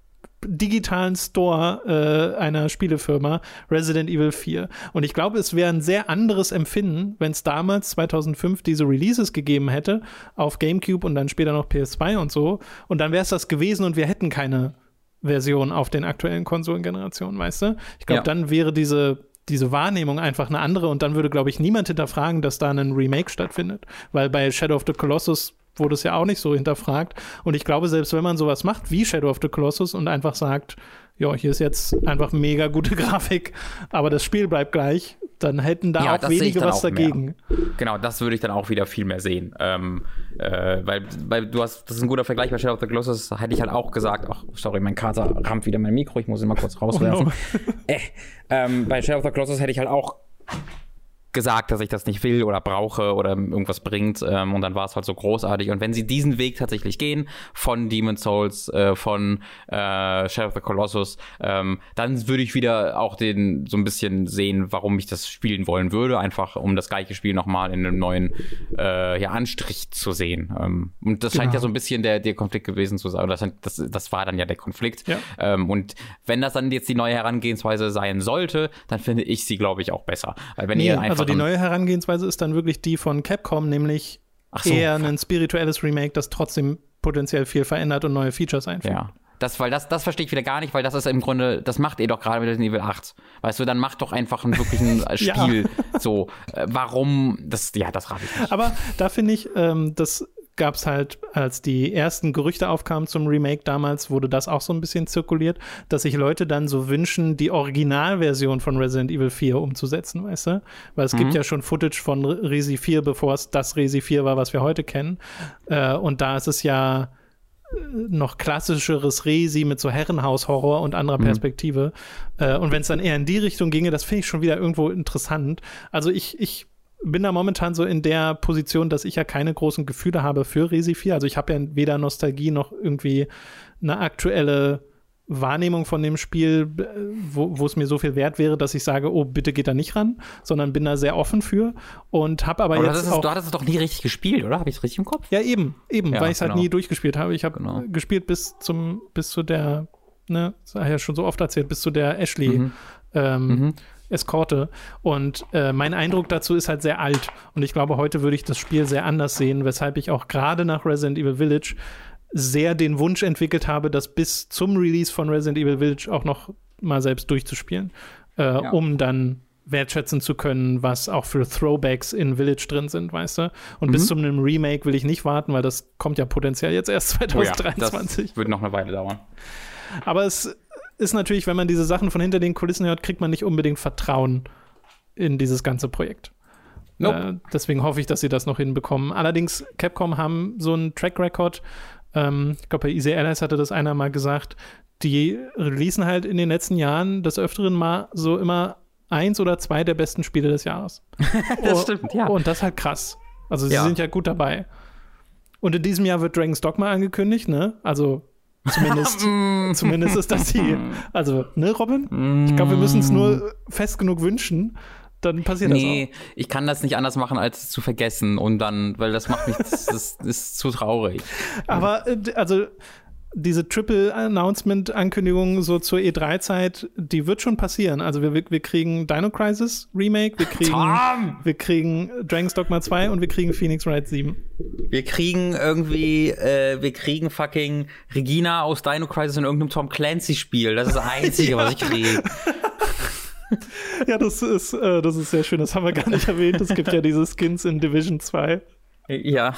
digitalen Store äh, einer Spielefirma Resident Evil vier. Und ich glaube, es wäre ein sehr anderes Empfinden, wenn es damals zweitausendfünf diese Releases gegeben hätte auf GameCube und dann später noch P S zwei und so. Und dann wäre es das gewesen und wir hätten keine Version auf den aktuellen Konsolengenerationen, weißt du? Ich glaube, ja. dann wäre diese, diese Wahrnehmung einfach eine andere und dann würde, glaube ich, niemand hinterfragen, dass da ein Remake stattfindet. Weil bei Shadow of the Colossus wurde es ja auch nicht so hinterfragt. Und ich glaube, selbst wenn man sowas macht wie Shadow of the Colossus und einfach sagt, ja, hier ist jetzt einfach mega gute Grafik, aber das Spiel bleibt gleich, dann hätten da ja, auch wenige was dagegen. Mehr. Genau, das würde ich dann auch wieder viel mehr sehen. Ähm, äh, weil, weil du hast, das ist ein guter Vergleich bei Shadow of the Colossus, hätte ich halt auch gesagt, ach, sorry, mein Kater rammt wieder mein Mikro, ich muss ihn mal kurz rauswerfen. Oh no. äh, ähm, bei Shadow of the Colossus hätte ich halt auch gesagt, dass ich das nicht will oder brauche oder irgendwas bringt ähm, und dann war es halt so großartig und wenn sie diesen Weg tatsächlich gehen von Demon's Souls, äh, von äh, Shadow of the Colossus, ähm, dann würde ich wieder auch den so ein bisschen sehen, warum ich das spielen wollen würde, einfach um das gleiche Spiel nochmal in einem neuen äh, ja, Anstrich zu sehen. Ähm, und das genau. scheint ja so ein bisschen der, der Konflikt gewesen zu sein. Das, das, das war dann ja der Konflikt. Ja. Ähm, und wenn das dann jetzt die neue Herangehensweise sein sollte, dann finde ich sie, glaube ich, auch besser. Weil wenn nee, ihr einfach Also die neue Herangehensweise ist dann wirklich die von Capcom, nämlich Ach so, eher ein spirituelles Remake, das trotzdem potenziell viel verändert und neue Features einführt. Ja, das, weil das, das verstehe ich wieder gar nicht, weil das ist im Grunde, das macht ihr doch gerade mit Resident Evil acht. Weißt du, dann macht doch einfach ein wirklichen Spiel. Ja. So, äh, warum, das, ja, das rate ich nicht. Aber da finde ich, ähm, das gab es halt, als die ersten Gerüchte aufkamen zum Remake damals, wurde das auch so ein bisschen zirkuliert, dass sich Leute dann so wünschen, die Originalversion von Resident Evil vier umzusetzen, weißt du? Weil es mhm. gibt ja schon Footage von Resi vier, bevor es das Resi vier war, was wir heute kennen. Äh, und da ist es ja noch klassischeres Resi mit so Herrenhaus-Horror und anderer mhm. Perspektive. Äh, und wenn es dann eher in die Richtung ginge, das finde ich schon wieder irgendwo interessant. Also ich, ich bin da momentan so in der Position, dass ich ja keine großen Gefühle habe für Resi vier. Also ich habe ja weder Nostalgie noch irgendwie eine aktuelle Wahrnehmung von dem Spiel, wo, wo es mir so viel wert wäre, dass ich sage, oh, bitte geht da nicht ran, sondern bin da sehr offen für und habe aber, aber jetzt ist, auch... Du hattest es doch nie richtig gespielt, oder? Habe ich es richtig im Kopf? Ja, eben, eben, ja, weil ich es genau. halt nie durchgespielt habe. Ich habe genau. gespielt bis zum, bis zu der, ne, das habe ich ja schon so oft erzählt, bis zu der Ashley mhm. Ähm, mhm. Eskorte. Und äh, mein Eindruck dazu ist halt sehr alt. Und ich glaube, heute würde ich das Spiel sehr anders sehen, weshalb ich auch gerade nach Resident Evil Village sehr den Wunsch entwickelt habe, das bis zum Release von Resident Evil Village auch noch mal selbst durchzuspielen, äh, ja. um dann wertschätzen zu können, was auch für Throwbacks in Village drin sind, weißt du? Und mhm. bis zu einem Remake will ich nicht warten, weil das kommt ja potenziell jetzt erst zwanzig dreiundzwanzig. Oh ja, das wird noch eine Weile dauern. Aber es ist natürlich, wenn man diese Sachen von hinter den Kulissen hört, kriegt man nicht unbedingt Vertrauen in dieses ganze Projekt. Nope. Äh, deswegen hoffe ich, dass sie das noch hinbekommen. Allerdings, Capcom haben so einen Track Record, ähm, ich glaube, bei Easy Allies hatte das einer mal gesagt, die releasen halt in den letzten Jahren des Öfteren mal so immer eins oder zwei der besten Spiele des Jahres. Das oh, stimmt, ja. Und das ist halt krass. Also sie ja. sind ja gut dabei. Und in diesem Jahr wird Dragon's Dogma angekündigt, ne? Also Zumindest, zumindest ist das die. Also, ne, Robin? Ich glaube, wir müssen es nur fest genug wünschen, dann passiert nee, das auch. Nee, ich kann das nicht anders machen, als es zu vergessen und dann, weil das macht mich, das, das ist zu traurig. Aber, also, diese Triple-Announcement-Ankündigung so zur E drei Zeit, die wird schon passieren. Also wir, wir kriegen Dino Crisis Remake, wir kriegen, wir kriegen Dragon's Dogma zwei und wir kriegen Phoenix Wright sieben. Wir kriegen irgendwie, äh, wir kriegen fucking Regina aus Dino Crisis in irgendeinem Tom Clancy-Spiel. Das ist das Einzige, ja. was ich kriege. Ja, das ist, äh, das ist sehr schön. Das haben wir gar nicht erwähnt. Es gibt ja diese Skins in Division zwei. Ja.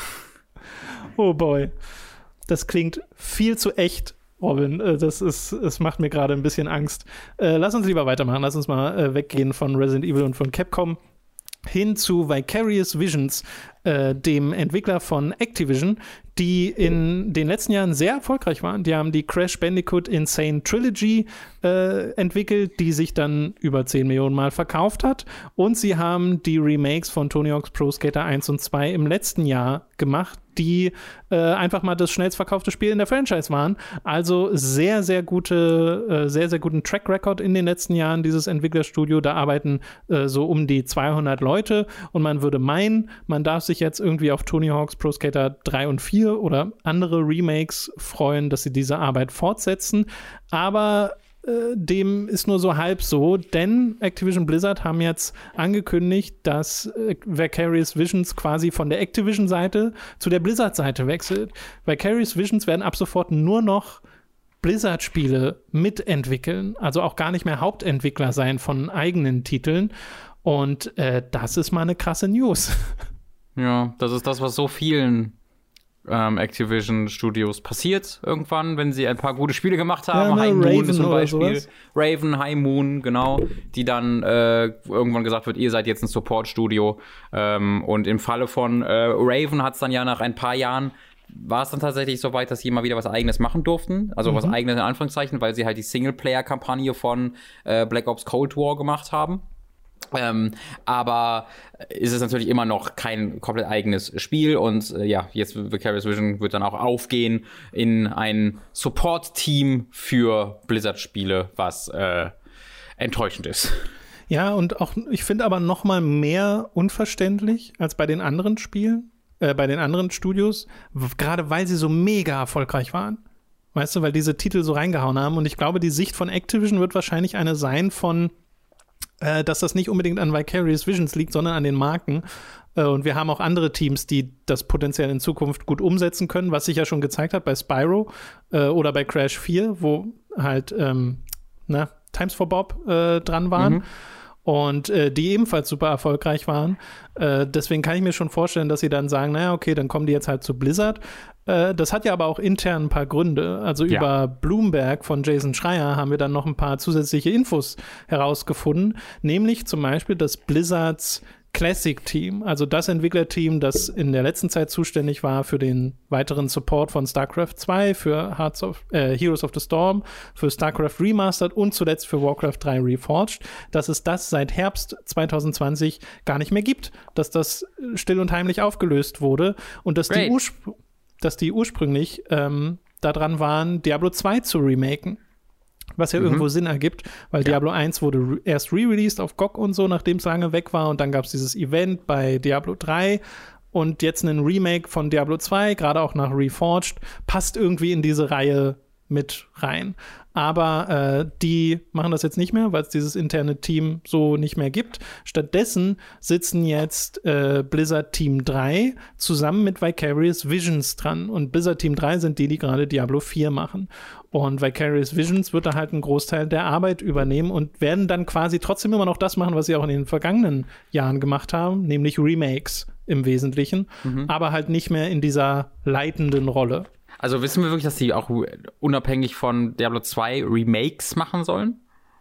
Oh boy. Das klingt viel zu echt, Robin. Äh, das ist, es macht mir gerade ein bisschen Angst. Äh, lass uns lieber weitermachen. Lass uns mal äh, weggehen von Resident Evil und von Capcom hin zu Vicarious Visions, äh, dem Entwickler von Activision, die in den letzten Jahren sehr erfolgreich waren. Die haben die Crash Bandicoot Insane Trilogy äh, entwickelt, die sich dann über zehn Millionen Mal verkauft hat. Und sie haben die Remakes von Tony Hawk's Pro Skater eins und zwei im letzten Jahr gemacht, die äh, einfach mal das schnellst verkaufte Spiel in der Franchise waren. Also sehr, sehr gute, äh, sehr, sehr guten Track Record in den letzten Jahren, dieses Entwicklerstudio. Da arbeiten äh, so um die zweihundert Leute und man würde meinen, man darf sich jetzt irgendwie auf Tony Hawk's Pro Skater drei und vier oder andere Remakes freuen, dass sie diese Arbeit fortsetzen. Aber äh, dem ist nur so halb so, denn Activision Blizzard haben jetzt angekündigt, dass äh, Vicarious Visions quasi von der Activision-Seite zu der Blizzard-Seite wechselt. Vicarious Visions werden ab sofort nur noch Blizzard-Spiele mitentwickeln, also auch gar nicht mehr Hauptentwickler sein von eigenen Titeln. Und äh, das ist mal eine krasse News. Ja, das ist das, was so vielen ähm, Activision-Studios passiert irgendwann, wenn sie ein paar gute Spiele gemacht haben. Ja, ne, High Moon Raven zum Beispiel. sowas. Raven, High Moon, genau. Die dann äh, irgendwann gesagt wird, ihr seid jetzt ein Support-Studio. Ähm, und im Falle von äh, Raven hat es dann ja nach ein paar Jahren war es dann tatsächlich so weit, dass sie mal wieder was Eigenes machen durften. Also mhm. was Eigenes in Anführungszeichen, weil sie halt die Singleplayer-Kampagne von äh, Black Ops Cold War gemacht haben. Ähm, aber ist es natürlich immer noch kein komplett eigenes Spiel und äh, ja, jetzt Vicarious Vision wird dann auch aufgehen in ein Support-Team für Blizzard-Spiele, was äh, enttäuschend ist. Ja, und auch, ich finde aber noch mal mehr unverständlich als bei den anderen Spielen, äh, bei den anderen Studios, w- gerade weil sie so mega erfolgreich waren. Weißt du, weil diese Titel so reingehauen haben und ich glaube, die Sicht von Activision wird wahrscheinlich eine sein von dass das nicht unbedingt an Vicarious Visions liegt, sondern an den Marken. Und wir haben auch andere Teams, die das potenziell in Zukunft gut umsetzen können, was sich ja schon gezeigt hat bei Spyro äh, oder bei Crash vier, wo halt ähm, na, Times for Bob äh, dran waren. Mhm. Und äh, die ebenfalls super erfolgreich waren. Äh, deswegen kann ich mir schon vorstellen, dass sie dann sagen, naja, okay, dann kommen die jetzt halt zu Blizzard. Äh, das hat ja aber auch intern ein paar Gründe. Also ja. Über Bloomberg von Jason Schreier haben wir dann noch ein paar zusätzliche Infos herausgefunden. Nämlich zum Beispiel, dass Blizzards Classic-Team, also das Entwicklerteam, das in der letzten Zeit zuständig war für den weiteren Support von StarCraft zwei, für Hearts of, äh, Heroes of the Storm, für StarCraft Remastered und zuletzt für Warcraft drei Reforged, dass es das seit Herbst zwanzig zwanzig gar nicht mehr gibt, dass das still und heimlich aufgelöst wurde und dass, die, Urspr- dass die ursprünglich ähm, daran waren, Diablo zwei zu remaken. Was ja mhm. irgendwo Sinn ergibt, weil ja. Diablo eins wurde re- erst re-released auf G O G und so, nachdem es lange weg war. Und dann gab es dieses Event bei Diablo drei und jetzt ein Remake von Diablo zwei, gerade auch nach Reforged, passt irgendwie in diese Reihe mit rein. Aber äh, die machen das jetzt nicht mehr, weil es dieses interne Team so nicht mehr gibt. Stattdessen sitzen jetzt äh, Blizzard Team drei zusammen mit Vicarious Visions dran. Und Blizzard Team drei sind die, die gerade Diablo vier machen. Und Vicarious Visions wird da halt einen Großteil der Arbeit übernehmen und werden dann quasi trotzdem immer noch das machen, was sie auch in den vergangenen Jahren gemacht haben, nämlich Remakes im Wesentlichen, mhm. aber halt nicht mehr in dieser leitenden Rolle. Also wissen wir wirklich, dass die auch unabhängig von Diablo zwei Remakes machen sollen?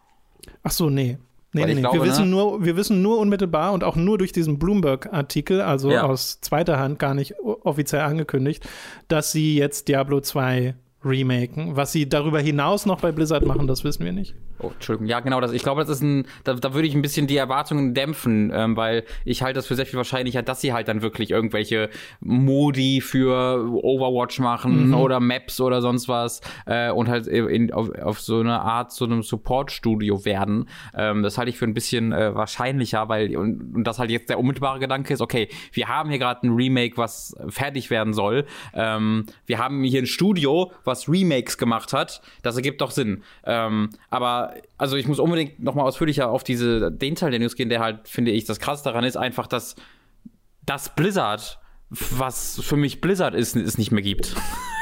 Ach so, nee. Nee, nee, nee. Glaube, wir, wissen ne? nur, wir wissen nur unmittelbar und auch nur durch diesen Bloomberg-Artikel, also ja. aus zweiter Hand gar nicht offiziell angekündigt, dass sie jetzt Diablo zwei remaken. Was sie darüber hinaus noch bei Blizzard machen, das wissen wir nicht. Oh, Entschuldigung. Ja, genau. Das, ich glaube, das ist ein, da, da würde ich ein bisschen die Erwartungen dämpfen, ähm, weil ich halte das für sehr viel wahrscheinlicher, dass sie halt dann wirklich irgendwelche Modi für Overwatch machen mhm. oder Maps oder sonst was äh, und halt in, auf, auf so eine Art so einem Support-Studio werden. Ähm, das halte ich für ein bisschen äh, wahrscheinlicher, weil und, und das halt jetzt der unmittelbare Gedanke ist, okay, wir haben hier gerade ein Remake, was fertig werden soll. Ähm, wir haben hier ein Studio, was Remakes gemacht hat. Das ergibt doch Sinn. Ähm, aber also ich muss unbedingt noch mal ausführlicher auf diese, den Teil der News gehen, der halt, finde ich, das Krasse daran ist einfach, dass das Blizzard, was für mich Blizzard ist, es nicht mehr gibt.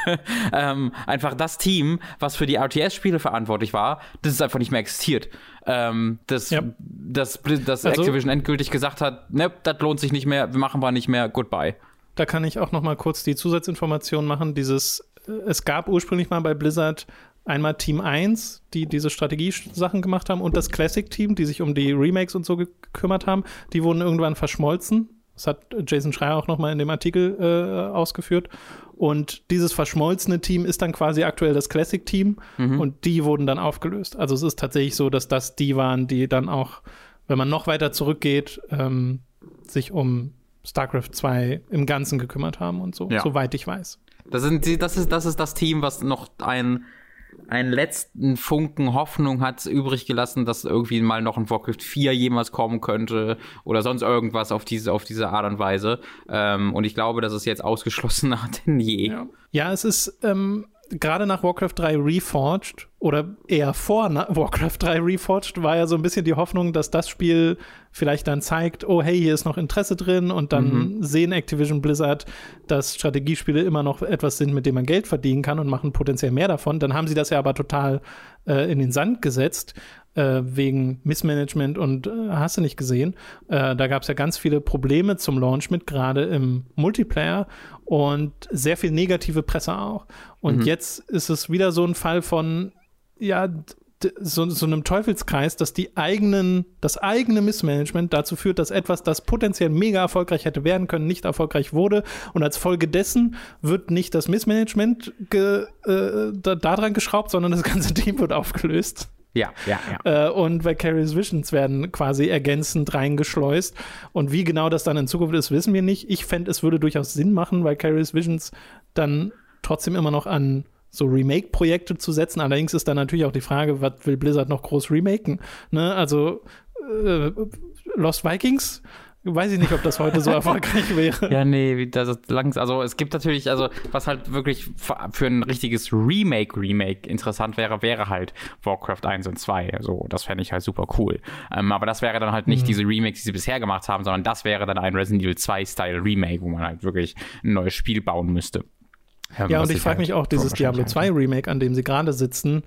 ähm, einfach das Team, was für die R T S-Spiele verantwortlich war, das ist einfach nicht mehr existiert. Ähm, das, ja. das, das, das also, Activision endgültig gesagt hat, ne, das lohnt sich nicht mehr, wir machen wir nicht mehr, goodbye. Da kann ich auch noch mal kurz die Zusatzinformation machen. Dieses, es gab ursprünglich mal bei Blizzard einmal Team eins, die diese Strategiesachen gemacht haben, und das Classic-Team, die sich um die Remakes und so gekümmert haben. Die wurden irgendwann verschmolzen. Das hat Jason Schreier auch noch mal in dem Artikel äh, ausgeführt. Und dieses verschmolzene Team ist dann quasi aktuell das Classic-Team. Mhm. Und die wurden dann aufgelöst. Also es ist tatsächlich so, dass das die waren, die dann auch, wenn man noch weiter zurückgeht, ähm, sich um StarCraft zwei im Ganzen gekümmert haben und so, ja. Soweit ich weiß. Das, sind die, das, ist, das ist das Team, was noch ein einen letzten Funken Hoffnung hat übrig gelassen, dass irgendwie mal noch ein Warcraft vier jemals kommen könnte oder sonst irgendwas auf diese, auf diese Art und Weise. Ähm, und ich glaube, das ist jetzt ausgeschlossener denn je. Ja, ja, es ist ähm, gerade nach Warcraft drei Reforged oder eher vor Warcraft drei Reforged war ja so ein bisschen die Hoffnung, dass das Spiel vielleicht dann zeigt, oh hey, hier ist noch Interesse drin, und dann mhm. sehen Activision Blizzard, dass Strategiespiele immer noch etwas sind, mit dem man Geld verdienen kann, und machen potenziell mehr davon. Dann haben sie das ja aber total äh, in den Sand gesetzt, äh, wegen Missmanagement und äh, hast du nicht gesehen. Äh, da gab es ja ganz viele Probleme zum Launch mit, gerade im Multiplayer, und sehr viel negative Presse auch. Und mhm. jetzt ist es wieder so ein Fall von, ja, So, so einem Teufelskreis, dass die eigenen, das eigene Missmanagement dazu führt, dass etwas, das potenziell mega erfolgreich hätte werden können, nicht erfolgreich wurde, und als Folge dessen wird nicht das Missmanagement ge, äh, da, daran geschraubt, sondern das ganze Team wird aufgelöst. Ja, ja, ja. Äh, und Vicarious Visions werden quasi ergänzend reingeschleust, und wie genau das dann in Zukunft ist, wissen wir nicht. Ich fände, es würde durchaus Sinn machen, Vicarious Visions dann trotzdem immer noch an so Remake-Projekte zu setzen. Allerdings ist dann natürlich auch die Frage, was will Blizzard noch groß remaken? Ne? Also äh, Lost Vikings, weiß ich nicht, ob das heute so erfolgreich wäre. Ja, nee, das ist langsam. Also es gibt natürlich, also was halt wirklich für ein richtiges Remake-Remake interessant wäre, wäre halt Warcraft eins und zwei. Also das fände ich halt super cool. Ähm, aber das wäre dann halt nicht mhm. diese Remakes, die sie bisher gemacht haben, sondern das wäre dann ein Resident Evil zwei-Style Remake, wo man halt wirklich ein neues Spiel bauen müsste. Ja, ja, und ich frage halt mich auch, dieses Diablo zwei Remake, an dem sie gerade sitzen,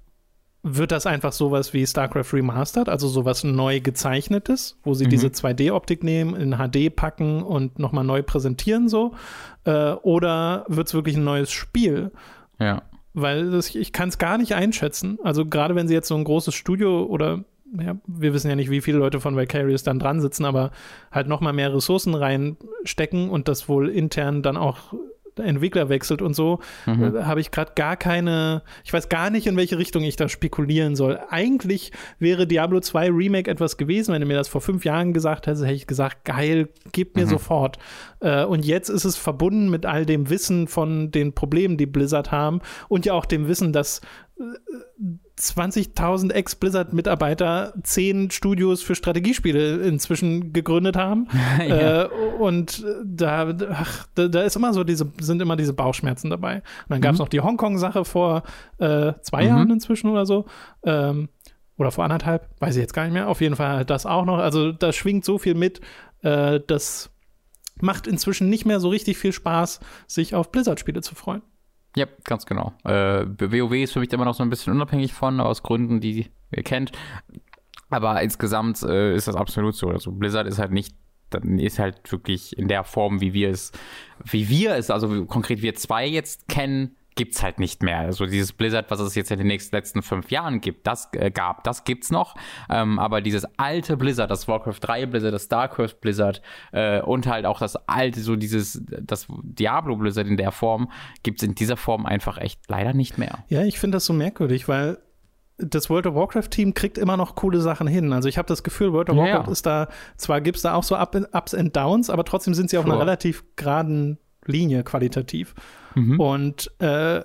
wird das einfach sowas wie StarCraft Remastered, also sowas neu gezeichnetes, wo sie mhm. diese zwei D-Optik nehmen, in H D packen und nochmal neu präsentieren so? Äh, oder wird es wirklich ein neues Spiel? Ja. Weil das, ich kann es gar nicht einschätzen. Also gerade wenn sie jetzt so ein großes Studio oder ja, wir wissen ja nicht, wie viele Leute von Vicarious dann dran sitzen, aber halt nochmal mehr Ressourcen reinstecken und das wohl intern dann auch Entwickler wechselt und so, mhm. äh, habe ich gerade gar keine, ich weiß gar nicht, in welche Richtung ich da spekulieren soll. Eigentlich wäre Diablo zwei Remake etwas gewesen, wenn du mir das vor fünf Jahren gesagt hättest, hätte ich gesagt, geil, gib mir mhm. sofort. Äh, und jetzt ist es verbunden mit all dem Wissen von den Problemen, die Blizzard haben, und ja auch dem Wissen, dass äh, zwanzigtausend Ex-Blizzard-Mitarbeiter zehn Studios für Strategiespiele inzwischen gegründet haben. ja. äh, und da, ach, da, da ist immer so diese, sind immer diese Bauchschmerzen dabei. Und dann gab es mhm. noch die Hongkong-Sache vor äh, zwei mhm. Jahren inzwischen oder so. Ähm, oder vor anderthalb, weiß ich jetzt gar nicht mehr. Auf jeden Fall halt das auch noch. Also da schwingt so viel mit, äh, das macht inzwischen nicht mehr so richtig viel Spaß, sich auf Blizzard-Spiele zu freuen. Ja, ganz genau. Äh, WoW ist für mich immer noch so ein bisschen unabhängig von, aus Gründen, die ihr kennt. Aber insgesamt äh, ist das absolut so. Also Blizzard ist halt nicht, dann ist halt wirklich in der Form, wie wir es, wie wir es, also konkret wir zwei jetzt kennen, gibt's halt nicht mehr. Also dieses Blizzard, was es jetzt in den nächsten letzten fünf Jahren gibt, das äh, gab, das gibt's noch. Ähm, aber dieses alte Blizzard, das Warcraft drei Blizzard, das StarCraft Blizzard äh, und halt auch das alte, so dieses, das Diablo Blizzard in der Form, gibt's in dieser Form einfach echt leider nicht mehr. Ja, ich finde das so merkwürdig, weil das World of Warcraft-Team kriegt immer noch coole Sachen hin. Also ich habe das Gefühl, World of ja, Warcraft ja. ist da, zwar gibt's da auch so Ups and Downs, aber trotzdem sind sie auf sure. einer relativ geraden Linie qualitativ. Mhm. Und äh,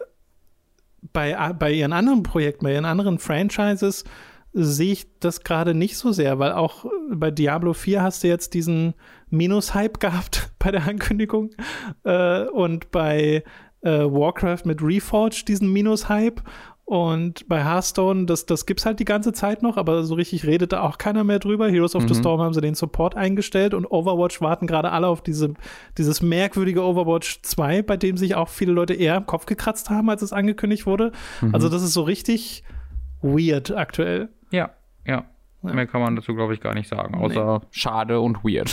bei, bei ihren anderen Projekten, bei ihren anderen Franchises sehe ich das gerade nicht so sehr, weil auch bei Diablo vier hast du jetzt diesen Minus-Hype gehabt bei der Ankündigung äh, und bei äh, Warcraft mit Reforged diesen Minus-Hype, Und bei Hearthstone, das, das gibt's halt die ganze Zeit noch, aber so richtig redet da auch keiner mehr drüber. Heroes of mhm. the Storm haben sie den Support eingestellt und Overwatch warten gerade alle auf diese, dieses merkwürdige Overwatch zwei, bei dem sich auch viele Leute eher im Kopf gekratzt haben, als es angekündigt wurde. Mhm. Also das ist so richtig weird aktuell. Ja, ja. ja. Mehr kann man dazu, glaube ich, gar nicht sagen, außer nee. schade und weird.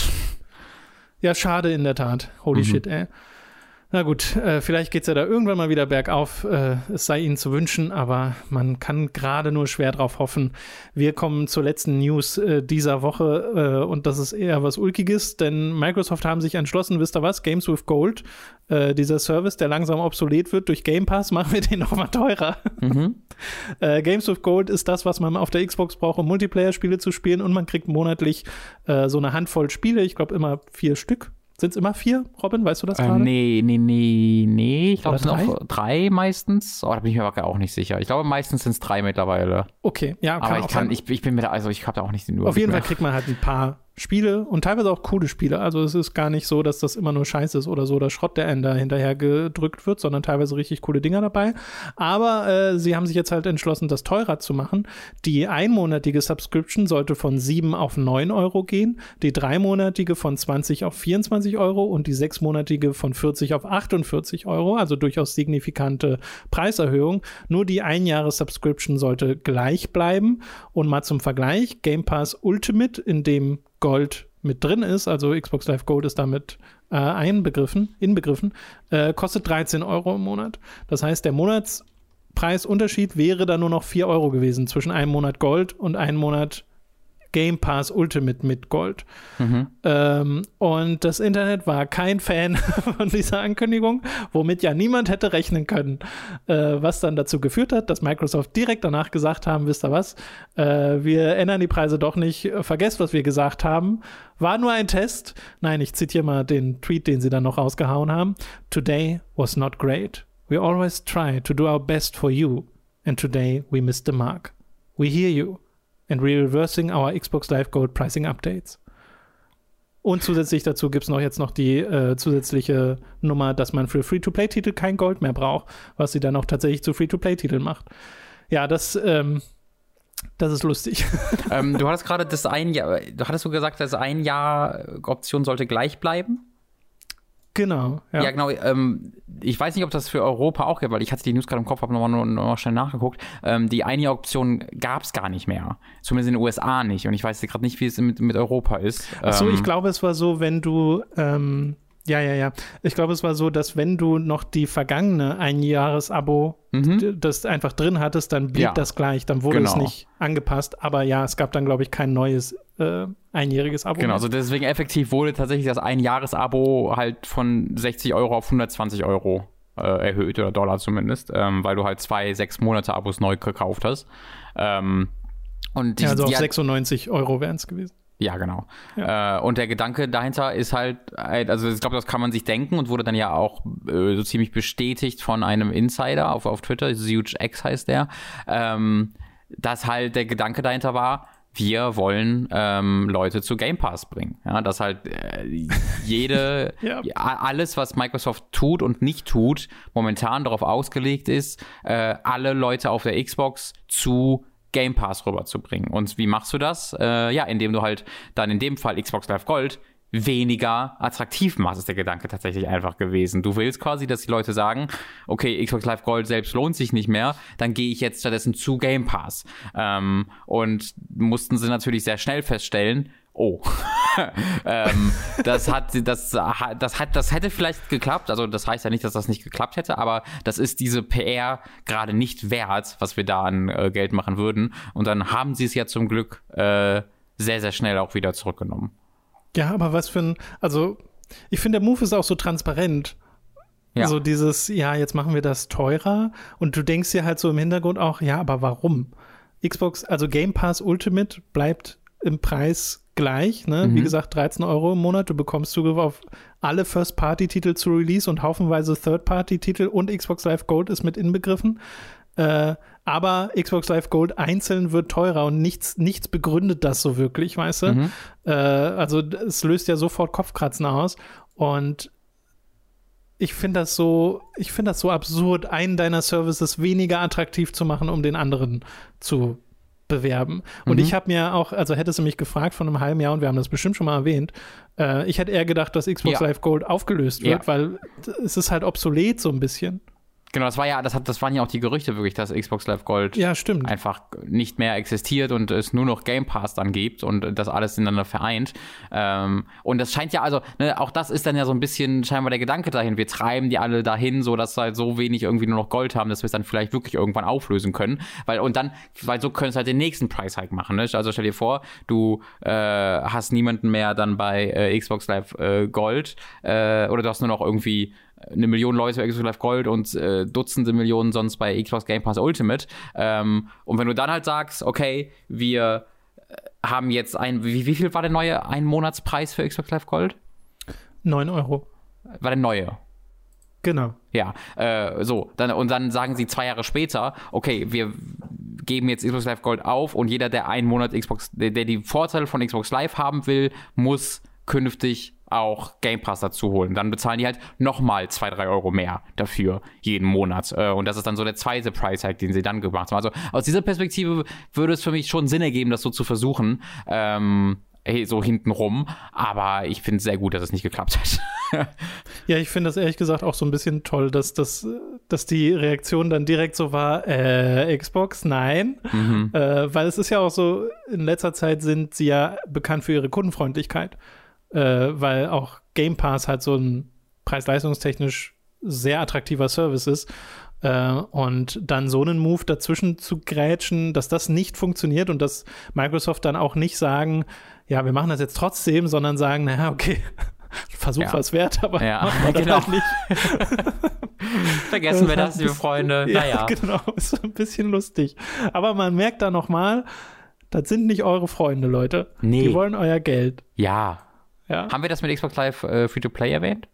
Ja, schade in der Tat. Holy mhm. shit, ey. Na gut, äh, vielleicht geht es ja da irgendwann mal wieder bergauf. Äh, es sei ihnen zu wünschen, aber man kann gerade nur schwer drauf hoffen. Wir kommen zur letzten News äh, dieser Woche äh, und das ist eher was Ulkiges, denn Microsoft haben sich entschlossen, wisst ihr was, Games with Gold, äh, dieser Service, der langsam obsolet wird durch Game Pass, machen wir den nochmal teurer. Mhm. äh, Games with Gold ist das, was man auf der Xbox braucht, um Multiplayer-Spiele zu spielen und man kriegt monatlich äh, so eine Handvoll Spiele, ich glaube immer vier Stück. Sind es immer vier, Robin? Weißt du das gerade? Äh, nee, nee, nee, nee. Ich glaube, es sind auch drei meistens. Oh, da bin ich mir aber auch nicht sicher. Ich glaube, meistens sind es drei mittlerweile. Okay, ja. Kann aber ich kann, ich, ich bin mir da, also ich habe da auch nicht den Überblick. Auf jeden Fall kriegt man halt ein paar Spiele und teilweise auch coole Spiele. Also es ist gar nicht so, dass das immer nur Scheiße ist oder so, oder Schrott, der einem da hinterher gedrückt wird, sondern teilweise richtig coole Dinger dabei. Aber äh, sie haben sich jetzt halt entschlossen, das teurer zu machen. Die einmonatige Subscription sollte von sieben auf neun Euro gehen, die dreimonatige von zwanzig auf vierundzwanzig Euro und die sechsmonatige von vierzig auf achtundvierzig Euro, also durchaus signifikante Preiserhöhung. Nur die Einjahres-Subscription sollte gleich bleiben. Und mal zum Vergleich, Game Pass Ultimate, in dem Gold mit drin ist, also Xbox Live Gold ist damit äh, einbegriffen, inbegriffen, äh, kostet dreizehn Euro im Monat. Das heißt, der Monatspreisunterschied wäre dann nur noch vier Euro gewesen zwischen einem Monat Gold und einem Monat Game Pass Ultimate mit Gold. Mhm. Ähm, und das Internet war kein Fan von dieser Ankündigung, womit ja niemand hätte rechnen können. Äh, was dann dazu geführt hat, dass Microsoft direkt danach gesagt haben, wisst ihr was, äh, wir ändern die Preise doch nicht, vergesst, was wir gesagt haben. War nur ein Test. Nein, ich zitiere mal den Tweet, den sie dann noch rausgehauen haben. Today was not great. We always try to do our best for you. And today we missed the mark. We hear you. And we're reversing our Xbox Live Gold Pricing Updates. Und zusätzlich dazu gibt es noch jetzt noch die äh, zusätzliche Nummer, dass man für Free-to-Play-Titel kein Gold mehr braucht, was sie dann auch tatsächlich zu Free-to-Play-Titeln macht. Ja, das, ähm, das ist lustig. Ähm, du hattest gerade das ein Jahr, du hattest so gesagt, dass ein Jahr Option sollte gleich bleiben? Genau, ja. Ja, genau. Ähm, ich weiß nicht, ob das für Europa auch gibt, weil ich hatte die News gerade im Kopf, habe nochmal noch, noch schnell nachgeguckt. Ähm, die Ein-Jahr-Option gab es gar nicht mehr. Zumindest in den U S A nicht. Und ich weiß gerade nicht, wie es mit, mit Europa ist. Achso, ähm, ich glaube, es war so, wenn du ähm, ja, ja, ja. Ich glaube, es war so, dass wenn du noch die vergangene Einjahres-Abo mhm. das einfach drin hattest, dann blieb ja. das gleich. Dann wurde genau. es nicht angepasst. Aber ja, es gab dann, glaube ich, kein neues äh, einjähriges Abo. Genau, also deswegen effektiv wurde tatsächlich das Einjahres-Abo halt von sechzig Euro auf hundertzwanzig Euro äh, erhöht, oder Dollar zumindest, ähm, weil du halt zwei sechs Monate Abos neu gekauft hast. Ähm, und die, ja, also auf die, sechsundneunzig Euro wären es gewesen. Ja, genau. Ja. Äh, und der Gedanke dahinter ist halt, also ich glaube, das kann man sich denken und wurde dann ja auch äh, so ziemlich bestätigt von einem Insider auf, auf Twitter, Huge X heißt der, ähm, dass halt der Gedanke dahinter war, wir wollen ähm, Leute zu Game Pass bringen. Ja, dass halt äh, jede, ja. alles, was Microsoft tut und nicht tut, momentan darauf ausgelegt ist, äh, alle Leute auf der Xbox zu Game Pass rüberzubringen. Und wie machst du das? Äh, ja, indem du halt dann in dem Fall Xbox Live Gold weniger attraktiv machst, ist der Gedanke tatsächlich einfach gewesen. Du willst quasi, dass die Leute sagen, okay, Xbox Live Gold selbst lohnt sich nicht mehr, dann gehe ich jetzt stattdessen zu Game Pass. Ähm, und mussten sie natürlich sehr schnell feststellen, oh, ähm, das hat, das, das hat, das hätte vielleicht geklappt. Also das heißt ja nicht, dass das nicht geklappt hätte, aber das ist diese P R gerade nicht wert, was wir da an äh, Geld machen würden. Und dann haben sie es ja zum Glück äh, sehr, sehr schnell auch wieder zurückgenommen. Ja, aber was für ein, also ich finde, der Move ist auch so transparent. Ja. So dieses, ja, jetzt machen wir das teurer und du denkst dir halt so im Hintergrund auch, ja, aber warum? Xbox, also Game Pass Ultimate bleibt im Preis gleich, ne? Mhm. Wie gesagt, dreizehn Euro im Monat, du bekommst Zugriff auf alle First-Party-Titel zu Release und haufenweise Third-Party-Titel und Xbox Live Gold ist mit inbegriffen. Äh, aber Xbox Live Gold einzeln wird teurer und nichts, nichts begründet das so wirklich, weißt du? Mhm. Äh, also es löst ja sofort Kopfkratzen aus und ich finde das so, ich finde das so absurd, einen deiner Services weniger attraktiv zu machen, um den anderen zu bewerben. Und mhm. ich habe mir auch, also hättest du mich gefragt von einem halben Jahr, und wir haben das bestimmt schon mal erwähnt, äh, ich hätte eher gedacht, dass Xbox ja. Live Gold aufgelöst wird, ja. weil es ist halt obsolet so ein bisschen. Genau, das war ja, das hat, das waren ja auch die Gerüchte wirklich, dass Xbox Live Gold ja, stimmt. einfach nicht mehr existiert und es nur noch Game Pass dann gibt und das alles ineinander vereint. Ähm, und das scheint ja, also, ne, auch das ist dann ja so ein bisschen scheinbar der Gedanke dahin. Wir treiben die alle dahin, so dass sie halt so wenig irgendwie nur noch Gold haben, dass wir es dann vielleicht wirklich irgendwann auflösen können. Weil, und dann, weil so können es halt den nächsten Price Hike machen, ne? Also stell dir vor, du äh, hast niemanden mehr dann bei äh, Xbox Live äh, Gold äh, oder du hast nur noch irgendwie eine Million Leute bei Xbox Live Gold und äh, Dutzende Millionen sonst bei Xbox Game Pass Ultimate. Ähm, und wenn du dann halt sagst, okay, wir haben jetzt ein, wie, wie viel war der neue Einmonatspreis für Xbox Live Gold? neun Euro. War der neue? Genau. Ja, äh, so. Dann, und dann sagen sie zwei Jahre später, okay, wir geben jetzt Xbox Live Gold auf und jeder, der einen Monat Xbox, der, der die Vorteile von Xbox Live haben will, muss künftig auch Game Pass dazu holen. Dann bezahlen die halt nochmal zwei, drei Euro mehr dafür jeden Monat. Und das ist dann so der zweite Price Hike, den sie dann gemacht haben. Also aus dieser Perspektive würde es für mich schon Sinn ergeben, das so zu versuchen. Ähm, so hintenrum. Aber ich finde es sehr gut, dass es nicht geklappt hat. Ja, ich finde das ehrlich gesagt auch so ein bisschen toll, dass, das, dass die Reaktion dann direkt so war, äh, Xbox, nein. Mhm. Äh, weil es ist ja auch so, in letzter Zeit sind sie ja bekannt für ihre Kundenfreundlichkeit. Äh, weil auch Game Pass halt so ein preis-leistungstechnisch sehr attraktiver Service ist. Äh, und dann so einen Move dazwischen zu grätschen, dass das nicht funktioniert und dass Microsoft dann auch nicht sagen, ja, wir machen das jetzt trotzdem, sondern sagen, naja, okay, Versuch ja. was wert, aber ja. machen wir genau. halt nicht. Vergessen wir das, liebe Freunde. Ja, naja. Genau, ist ein bisschen lustig. Aber man merkt da nochmal, das sind nicht eure Freunde, Leute. Nee. Die wollen euer Geld. Ja. Ja. Haben wir das mit Xbox Live äh, Free-to-Play erwähnt?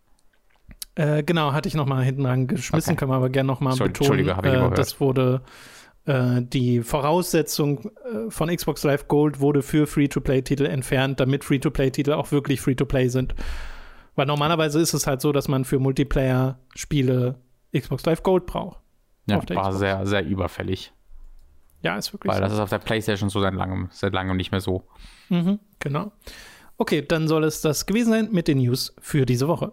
Äh, genau, hatte ich nochmal hinten rangeschmissen, okay. Können wir aber gerne nochmal betonen. Entschuldige, habe ich äh, überhört. Das wurde, äh, die Voraussetzung äh, von Xbox Live Gold wurde für Free-to-Play-Titel entfernt, damit Free-to-Play-Titel auch wirklich Free-to-Play sind. Weil normalerweise ist es halt so, dass man für Multiplayer-Spiele Xbox Live Gold braucht. Ja, war Xbox. sehr, sehr überfällig. Ja, ist wirklich Weil so. das ist auf der PlayStation so seit langem, seit langem nicht mehr so. Mhm, genau. Okay, dann soll es das gewesen sein mit den News für diese Woche.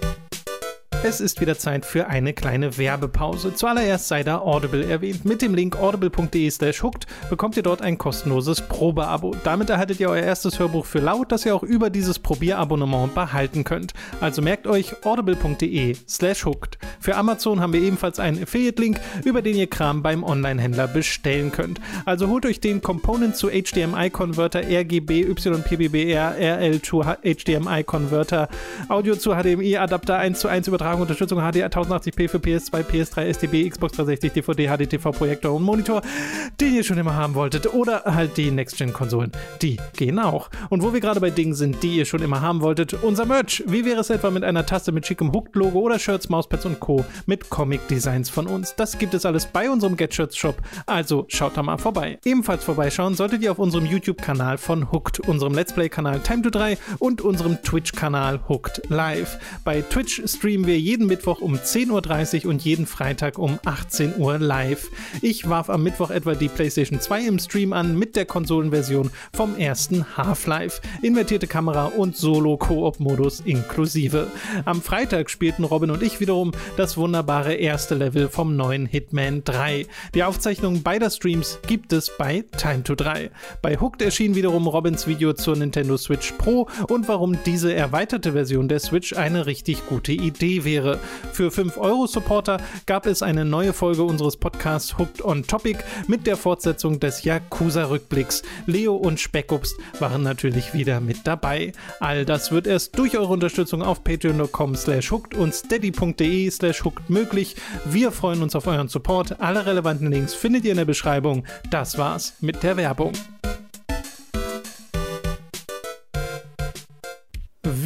Es ist wieder Zeit für eine kleine Werbepause. Zuallererst sei da Audible erwähnt. Mit dem Link audible.de slash hooked bekommt ihr dort ein kostenloses Probeabo. Damit erhaltet ihr euer erstes Hörbuch für laut, das ihr auch über dieses Probierabonnement behalten könnt. Also merkt euch audible.de slash hooked. Für Amazon haben wir ebenfalls einen Affiliate-Link, über den ihr Kram beim Online-Händler bestellen könnt. Also holt euch den Component zu H D M I-Converter, R G B, Y P B B R, R L zu H D M I-Converter, Audio zu H D M I-Adapter eins zu eins Übertragung, Unterstützung H D tausendachtzig p für P S zwei, P S drei, S T B, Xbox dreihundertsechzig, D V D, H D T V-Projektor und Monitor, den ihr schon immer haben wolltet. Oder halt die Next-Gen-Konsolen. Die gehen auch. Und wo wir gerade bei Dingen sind, die ihr schon immer haben wolltet, unser Merch. Wie wäre es etwa mit einer Tasse mit schickem Hooked-Logo oder Shirts, Mauspads und Co. mit Comic-Designs von uns? Das gibt es alles bei unserem Get-Shirts-Shop. Also schaut da mal vorbei. Ebenfalls vorbeischauen solltet ihr auf unserem YouTube-Kanal von Hooked, unserem Let's Play-Kanal Time to drei und unserem Twitch-Kanal Hooked Live. Bei Twitch streamen wir jeden Mittwoch um zehn Uhr dreißig und jeden Freitag um achtzehn Uhr live. Ich warf am Mittwoch etwa die PlayStation zwei im Stream an mit der Konsolenversion vom ersten Half-Life. Invertierte Kamera und Solo-Koop-Modus inklusive. Am Freitag spielten Robin und ich wiederum das wunderbare erste Level vom neuen Hitman drei. Die Aufzeichnung beider Streams gibt es bei Time to drei. Bei Hooked erschien wiederum Robins Video zur Nintendo Switch Pro und warum diese erweiterte Version der Switch eine richtig gute Idee wäre. Für fünf Euro Supporter gab es eine neue Folge unseres Podcasts Hooked on Topic mit der Fortsetzung des Yakuza-Rückblicks. Leo und Speckobst waren natürlich wieder mit dabei. All das wird erst durch eure Unterstützung auf patreon punkt com slash hooked und steady.de slash hooked möglich. Wir freuen uns auf euren Support. Alle relevanten Links findet ihr in der Beschreibung. Das war's mit der Werbung.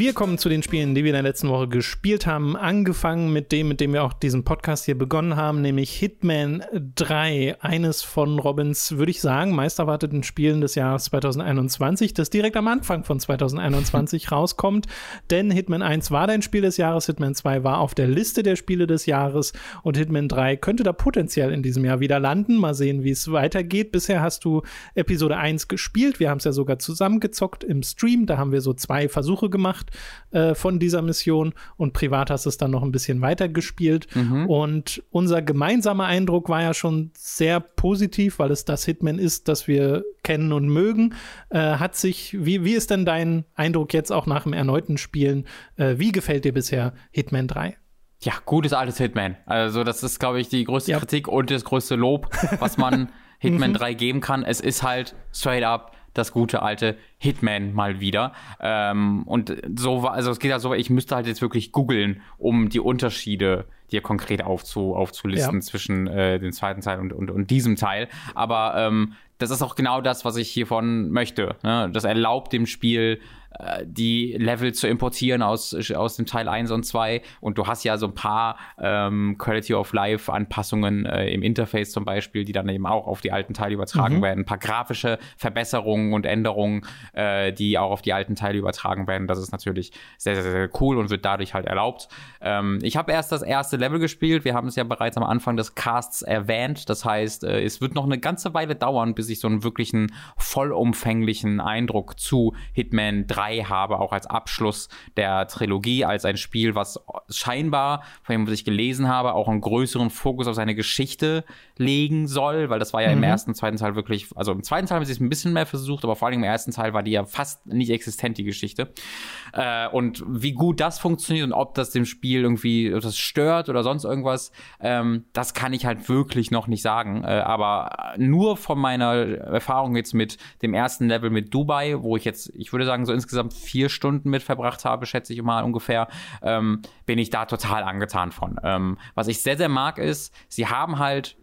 Wir kommen zu den Spielen, die wir in der letzten Woche gespielt haben. Angefangen mit dem, mit dem wir auch diesen Podcast hier begonnen haben, nämlich Hitman drei. Eines von Robins, würde ich sagen, meisterwarteten Spielen des Jahres zwanzig einundzwanzig, das direkt am Anfang von zwanzig einundzwanzig rauskommt. Denn Hitman eins war dein Spiel des Jahres, Hitman zwei war auf der Liste der Spiele des Jahres und Hitman drei könnte da potenziell in diesem Jahr wieder landen. Mal sehen, wie es weitergeht. Bisher hast du Episode eins gespielt. Wir haben es ja sogar zusammengezockt im Stream. Da haben wir so zwei Versuche gemacht äh, von dieser Mission und privat hast es dann noch ein bisschen weiter gespielt. Mhm. Und unser gemeinsamer Eindruck war ja schon sehr positiv, weil es das Hitman ist, das wir kennen und mögen. Äh, hat sich, wie, wie ist denn dein Eindruck jetzt auch nach dem erneuten Spielen? Äh, wie gefällt dir bisher Hitman drei? Ja, gutes altes Hitman. Also das ist, glaube ich, die größte ja. Kritik und das größte Lob, was man Hitman drei geben kann. Es ist halt straight up das gute alte Hitman mal wieder. Ähm, und so war, also es geht ja so, ich müsste halt jetzt wirklich googeln, um die Unterschiede dir konkret aufzu, aufzulisten ja. zwischen äh, dem zweiten Teil und, und, und diesem Teil. Aber ähm, das ist auch genau das, was ich hiervon möchte. Ne? Das erlaubt dem Spiel, äh, die Level zu importieren aus, aus dem Teil eins und zwei. Und du hast ja so ein paar ähm, Quality of Life Anpassungen äh, im Interface zum Beispiel, die dann eben auch auf die alten Teile übertragen mhm. werden. Ein paar grafische Verbesserungen und Änderungen, äh, die auch auf die alten Teile übertragen werden. Das ist natürlich sehr, sehr, sehr cool und wird dadurch halt erlaubt. Ähm, ich habe erst das erste Level gespielt. Wir haben es ja bereits am Anfang des Casts erwähnt. Das heißt, äh, es wird noch eine ganze Weile dauern, bis ich so einen wirklichen vollumfänglichen Eindruck zu Hitman drei habe, auch als Abschluss der Trilogie, als ein Spiel, was scheinbar, von dem, was ich gelesen habe, auch einen größeren Fokus auf seine Geschichte legen soll, weil das war ja mhm. im ersten, zweiten Teil wirklich, also im zweiten Teil haben sie es ein bisschen mehr versucht, aber vor allem im ersten Teil war die ja fast nicht existent, die Geschichte. Äh, und wie gut das funktioniert und ob das dem Spiel irgendwie das stört oder sonst irgendwas, ähm, das kann ich halt wirklich noch nicht sagen. Äh, aber nur von meiner Erfahrung jetzt mit dem ersten Level mit Dubai, wo ich jetzt, ich würde sagen, so insgesamt vier Stunden mit verbracht habe, schätze ich mal ungefähr, ähm, bin ich da total angetan von. Ähm, was ich sehr, sehr mag ist, sie haben halt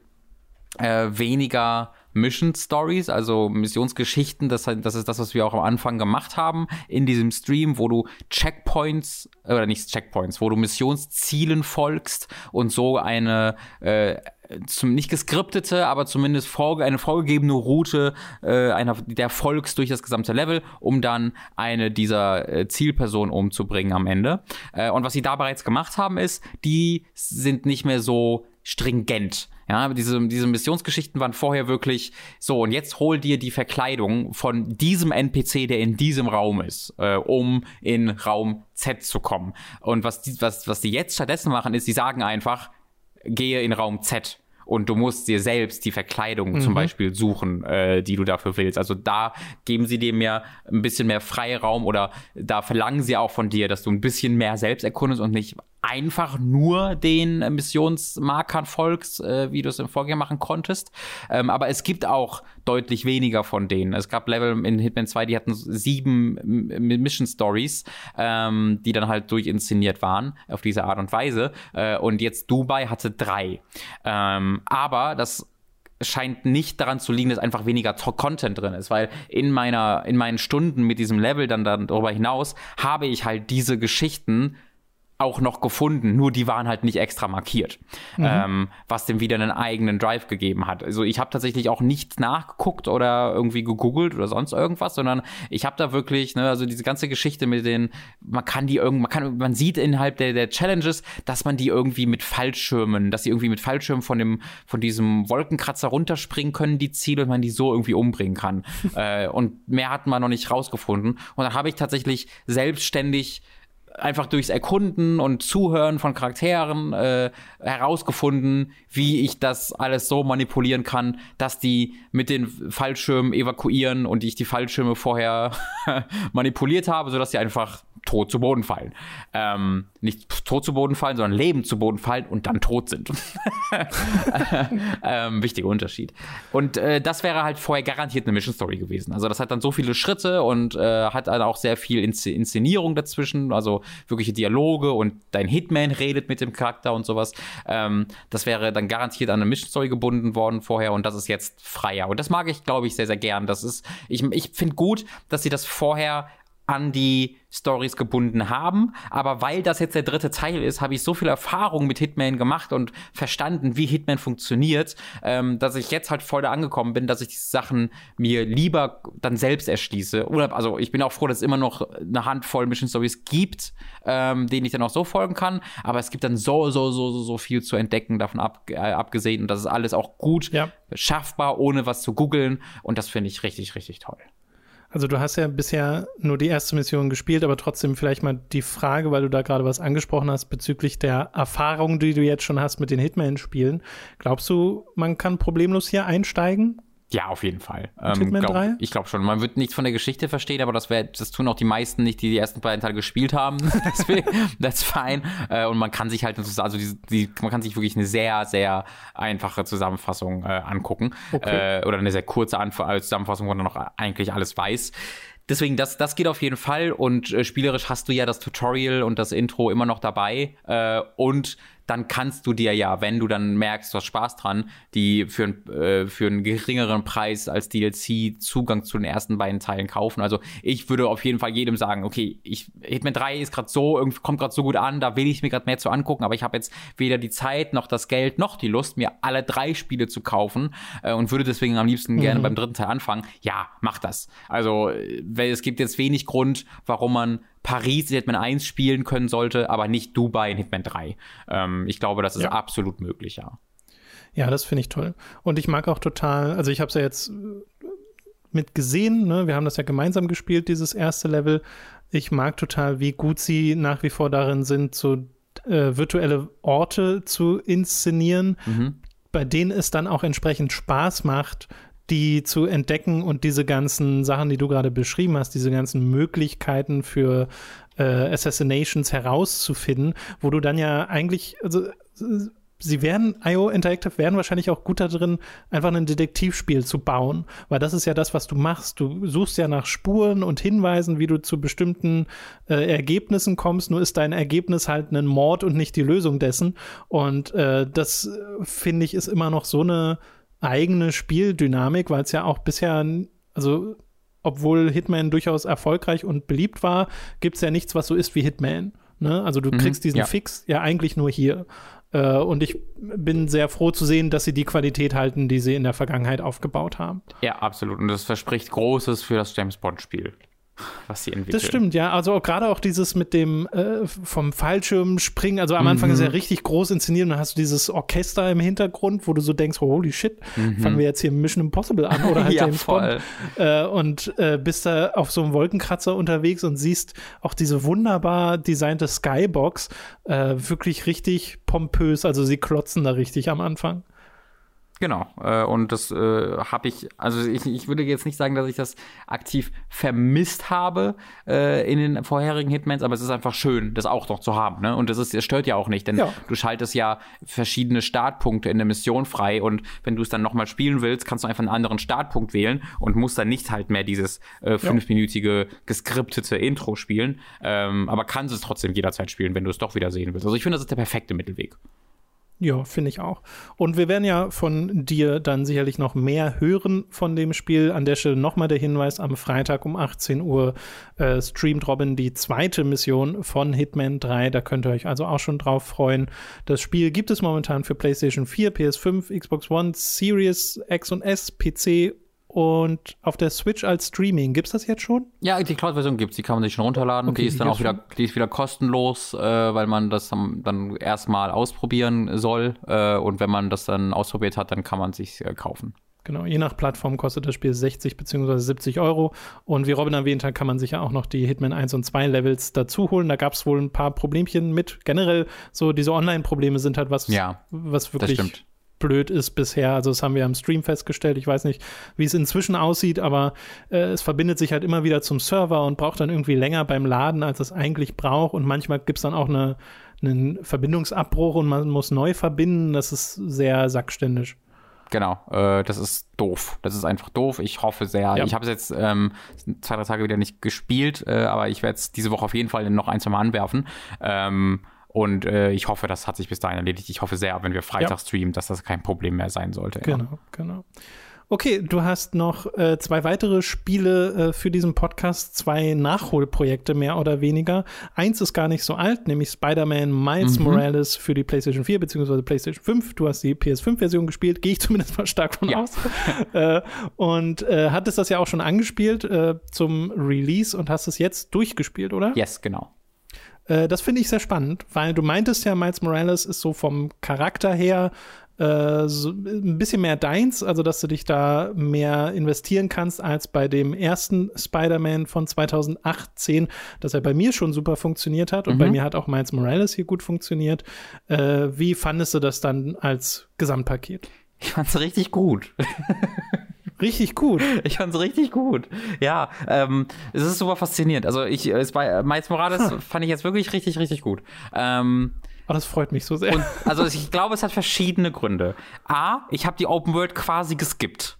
äh, weniger Mission Stories, also Missionsgeschichten, das, das ist das, was wir auch am Anfang gemacht haben in diesem Stream, wo du Checkpoints, oder nicht Checkpoints, wo du Missionszielen folgst und so eine äh, zum nicht geskriptete, aber zumindest vorge- eine vorgegebene Route äh, einer, der folgst durch das gesamte Level, um dann eine dieser äh, Zielpersonen umzubringen am Ende. Äh, und was sie da bereits gemacht haben, ist, die sind nicht mehr so stringent. Ja, diese, diese Missionsgeschichten waren vorher wirklich so, und jetzt hol dir die Verkleidung von diesem N P C, der in diesem Raum ist, äh, um in Raum Z zu kommen. Und was die, was, was die jetzt stattdessen machen, ist, sie sagen einfach, gehe in Raum Z. Und du musst dir selbst die Verkleidung mhm. zum Beispiel suchen, äh, die du dafür willst. Also da geben sie dir mehr, ein bisschen mehr Freiraum oder da verlangen sie auch von dir, dass du ein bisschen mehr selbst erkundest und nicht einfach nur den äh, Missionsmarkern folgst, äh, wie du es im Vorgänger machen konntest. Ähm, aber es gibt auch deutlich weniger von denen. Es gab Level in Hitman zwei, die hatten sieben M- Mission Stories, ähm, die dann halt durchinszeniert waren auf diese Art und Weise. Äh, und jetzt Dubai hatte drei. Ähm, aber das scheint nicht daran zu liegen, dass einfach weniger to- Content drin ist, weil in meiner, in meinen Stunden mit diesem Level dann, dann darüber hinaus habe ich halt diese Geschichten auch noch gefunden, nur die waren halt nicht extra markiert, mhm. ähm, was dem wieder einen eigenen Drive gegeben hat. Also ich habe tatsächlich auch nichts nachgeguckt oder irgendwie gegoogelt oder sonst irgendwas, sondern ich habe da wirklich, ne, also diese ganze Geschichte mit den, man kann die irgendwie, man kann, man sieht innerhalb der, der Challenges, dass man die irgendwie mit Fallschirmen, dass sie irgendwie mit Fallschirmen von dem, von diesem Wolkenkratzer runterspringen können, die Ziele, und man die so irgendwie umbringen kann. äh, und mehr hat man noch nicht rausgefunden. Und dann habe ich tatsächlich selbstständig einfach durchs Erkunden und Zuhören von Charakteren äh, herausgefunden, wie ich das alles so manipulieren kann, dass die mit den Fallschirmen evakuieren und ich die Fallschirme vorher manipuliert habe, sodass sie einfach tot zu Boden fallen. Ähm, nicht tot zu Boden fallen, sondern lebend zu Boden fallen und dann tot sind. ähm, wichtiger Unterschied. Und äh, das wäre halt vorher garantiert eine Mission Story gewesen. Also das hat dann so viele Schritte und äh, hat dann auch sehr viel Inszen- Inszenierung dazwischen, also wirkliche Dialoge und dein Hitman redet mit dem Charakter und sowas. Ähm, das wäre dann garantiert an eine Mission Story gebunden worden vorher und das ist jetzt freier. Und das mag ich, glaube ich, sehr, sehr gern. Das ist, ich, ich finde gut, dass sie das vorher an die Stories gebunden haben, aber weil das jetzt der dritte Teil ist, habe ich so viel Erfahrung mit Hitman gemacht und verstanden, wie Hitman funktioniert, ähm, dass ich jetzt halt voll da angekommen bin, dass ich diese Sachen mir lieber dann selbst erschließe. Oder, also ich bin auch froh, dass es immer noch eine Handvoll Mission Stories gibt, ähm, denen ich dann auch so folgen kann, aber es gibt dann so, so, so, so, so viel zu entdecken, davon ab, äh, abgesehen, und das ist alles auch gut ja. schaffbar, ohne was zu googeln, und das finde ich richtig, richtig toll. Also du hast ja bisher nur die erste Mission gespielt, aber trotzdem vielleicht mal die Frage, weil du da gerade was angesprochen hast, bezüglich der Erfahrung, die du jetzt schon hast mit den Hitman-Spielen. Glaubst du, man kann problemlos hier einsteigen? Ja, auf jeden Fall. Ähm, Hitman glaub, drei? Ich glaube schon. Man wird nichts von der Geschichte verstehen, aber das, wär, das tun auch die meisten nicht, die die ersten beiden Teile gespielt haben. Deswegen, that's fine. Äh, und man kann sich halt, also die, die, man kann sich wirklich eine sehr, sehr einfache Zusammenfassung äh, angucken. Okay. Äh, oder eine sehr kurze Anf- Zusammenfassung, wo man noch eigentlich alles weiß. Deswegen, das, das geht auf jeden Fall. Und äh, spielerisch hast du ja das Tutorial und das Intro immer noch dabei. Äh, und dann kannst du dir ja, wenn du dann merkst, du hast Spaß dran, die für, äh, für einen geringeren Preis als D L C Zugang zu den ersten beiden Teilen kaufen. Also ich würde auf jeden Fall jedem sagen, okay, ich, Hitman drei ist gerade so, kommt gerade so gut an, da will ich mir gerade mehr zu angucken, aber ich habe jetzt weder die Zeit, noch das Geld, noch die Lust, mir alle drei Spiele zu kaufen äh, und würde deswegen am liebsten mhm. gerne beim dritten Teil anfangen. Ja, mach das. Also weil es gibt jetzt wenig Grund, warum man Paris in Hitman eins spielen können sollte, aber nicht Dubai in Hitman drei. Ähm, ich glaube, das ist ja. absolut möglich, ja. Ja, das finde ich toll. Und ich mag auch total, also ich habe es ja jetzt mit gesehen, ne? Wir haben das ja gemeinsam gespielt, dieses erste Level. Ich mag total, wie gut sie nach wie vor darin sind, so äh, virtuelle Orte zu inszenieren, mhm. bei denen es dann auch entsprechend Spaß macht, die zu entdecken und diese ganzen Sachen, die du gerade beschrieben hast, diese ganzen Möglichkeiten für äh, Assassinations herauszufinden, wo du dann ja eigentlich, also sie werden, I O Interactive werden wahrscheinlich auch gut da drin, einfach ein Detektivspiel zu bauen, weil das ist ja das, was du machst. Du suchst ja nach Spuren und Hinweisen, wie du zu bestimmten äh, Ergebnissen kommst, nur ist dein Ergebnis halt ein Mord und nicht die Lösung dessen, und äh, das, finde ich, ist immer noch so eine eigene Spieldynamik, weil es ja auch bisher, also obwohl Hitman durchaus erfolgreich und beliebt war, gibt es ja nichts, was so ist wie Hitman. Ne? Also du mhm, kriegst diesen ja. Fix ja eigentlich nur hier. Äh, und ich bin sehr froh zu sehen, dass sie die Qualität halten, die sie in der Vergangenheit aufgebaut haben. Ja, absolut. Und das verspricht Großes für das James-Bond-Spiel, was sie entwickeln. Das stimmt, ja. Also gerade auch dieses mit dem äh, vom Fallschirm springen. Also am mhm. Anfang ist ja richtig groß inszeniert und dann hast du dieses Orchester im Hintergrund, wo du so denkst, oh, holy shit, mhm. fangen wir jetzt hier Mission Impossible an oder halt ja, James Bond. Äh, und äh, bist da auf so einem Wolkenkratzer unterwegs und siehst auch diese wunderbar designte Skybox, äh, wirklich richtig pompös. Also sie klotzen da richtig am Anfang. Genau, äh, und das äh, habe ich, also ich, ich würde jetzt nicht sagen, dass ich das aktiv vermisst habe äh, in den vorherigen Hitmans, aber es ist einfach schön, das auch noch zu haben, ne? Und das ist, das stört ja auch nicht, denn ja. du schaltest ja verschiedene Startpunkte in der Mission frei, und wenn du es dann nochmal spielen willst, kannst du einfach einen anderen Startpunkt wählen und musst dann nicht halt mehr dieses äh, fünfminütige geskriptete Intro spielen, ähm, aber kannst es trotzdem jederzeit spielen, wenn du es doch wieder sehen willst. Also ich finde, das ist der perfekte Mittelweg. Ja, finde ich auch. Und wir werden ja von dir dann sicherlich noch mehr hören von dem Spiel. An der Stelle nochmal der Hinweis, am Freitag um achtzehn Uhr äh, streamt Robin die zweite Mission von Hitman drei. Da könnt ihr euch also auch schon drauf freuen. Das Spiel gibt es momentan für PlayStation vier, P S fünf, Xbox One, Series X und S, P C und auf der Switch als Streaming. Gibt's das jetzt schon? Ja, die Cloud-Version gibt's. Die kann man sich schon runterladen. Okay, die ist dann auch wieder, die ist wieder kostenlos, äh, weil man das dann, dann erstmal ausprobieren soll. Äh, und wenn man das dann ausprobiert hat, dann kann man es sich äh, kaufen. Genau, je nach Plattform kostet das Spiel sechzig bzw. siebzig Euro. Und wie Robin erwähnt hat, kann man sich ja auch noch die Hitman eins und zwei Levels dazu holen. Da gab es wohl ein paar Problemchen mit. Generell so diese Online-Probleme sind halt was, ja, was wirklich blöd ist bisher. Also das haben wir am Stream festgestellt. Ich weiß nicht, wie es inzwischen aussieht, aber äh, es verbindet sich halt immer wieder zum Server und braucht dann irgendwie länger beim Laden, als es eigentlich braucht. Und manchmal gibt es dann auch eine, einen Verbindungsabbruch und man muss neu verbinden. Das ist sehr sackständisch. Genau, äh, das ist doof. Das ist einfach doof. Ich hoffe sehr. Ja. Ich habe es jetzt ähm, zwei, drei Tage wieder nicht gespielt, äh, aber ich werde es diese Woche auf jeden Fall noch ein, zwei Mal anwerfen. Ähm, Und äh, ich hoffe, das hat sich bis dahin erledigt. Ich hoffe sehr, wenn wir Freitag ja. streamen, dass das kein Problem mehr sein sollte. Genau, ja. genau. Okay, du hast noch äh, zwei weitere Spiele äh, für diesen Podcast, zwei Nachholprojekte mehr oder weniger. Eins ist gar nicht so alt, nämlich Spider-Man Miles mhm. Morales für die PlayStation vier bzw. PlayStation fünf. Du hast die P S fünf Version gespielt, gehe ich zumindest mal stark von ja. aus. äh, und äh, hattest das ja auch schon angespielt äh, zum Release und hast es jetzt durchgespielt, oder? Yes, genau. Äh, das finde ich sehr spannend, weil du meintest ja, Miles Morales ist so vom Charakter her äh, so ein bisschen mehr deins, also dass du dich da mehr investieren kannst als bei dem ersten Spider-Man von zweitausendachtzehn, dass er bei mir schon super funktioniert hat und mhm. bei mir hat auch Miles Morales hier gut funktioniert. Äh, wie fandest du das dann als Gesamtpaket? Ich fand's richtig gut. Richtig gut. Ich fand's richtig gut. Ja, ähm, es ist super faszinierend. Also ich, es bei Miles Morales huh. fand ich jetzt wirklich richtig, richtig gut. Ähm, Oh, das freut mich so sehr. Und, also ich glaube, es hat verschiedene Gründe. A, ich habe die Open World quasi geskippt.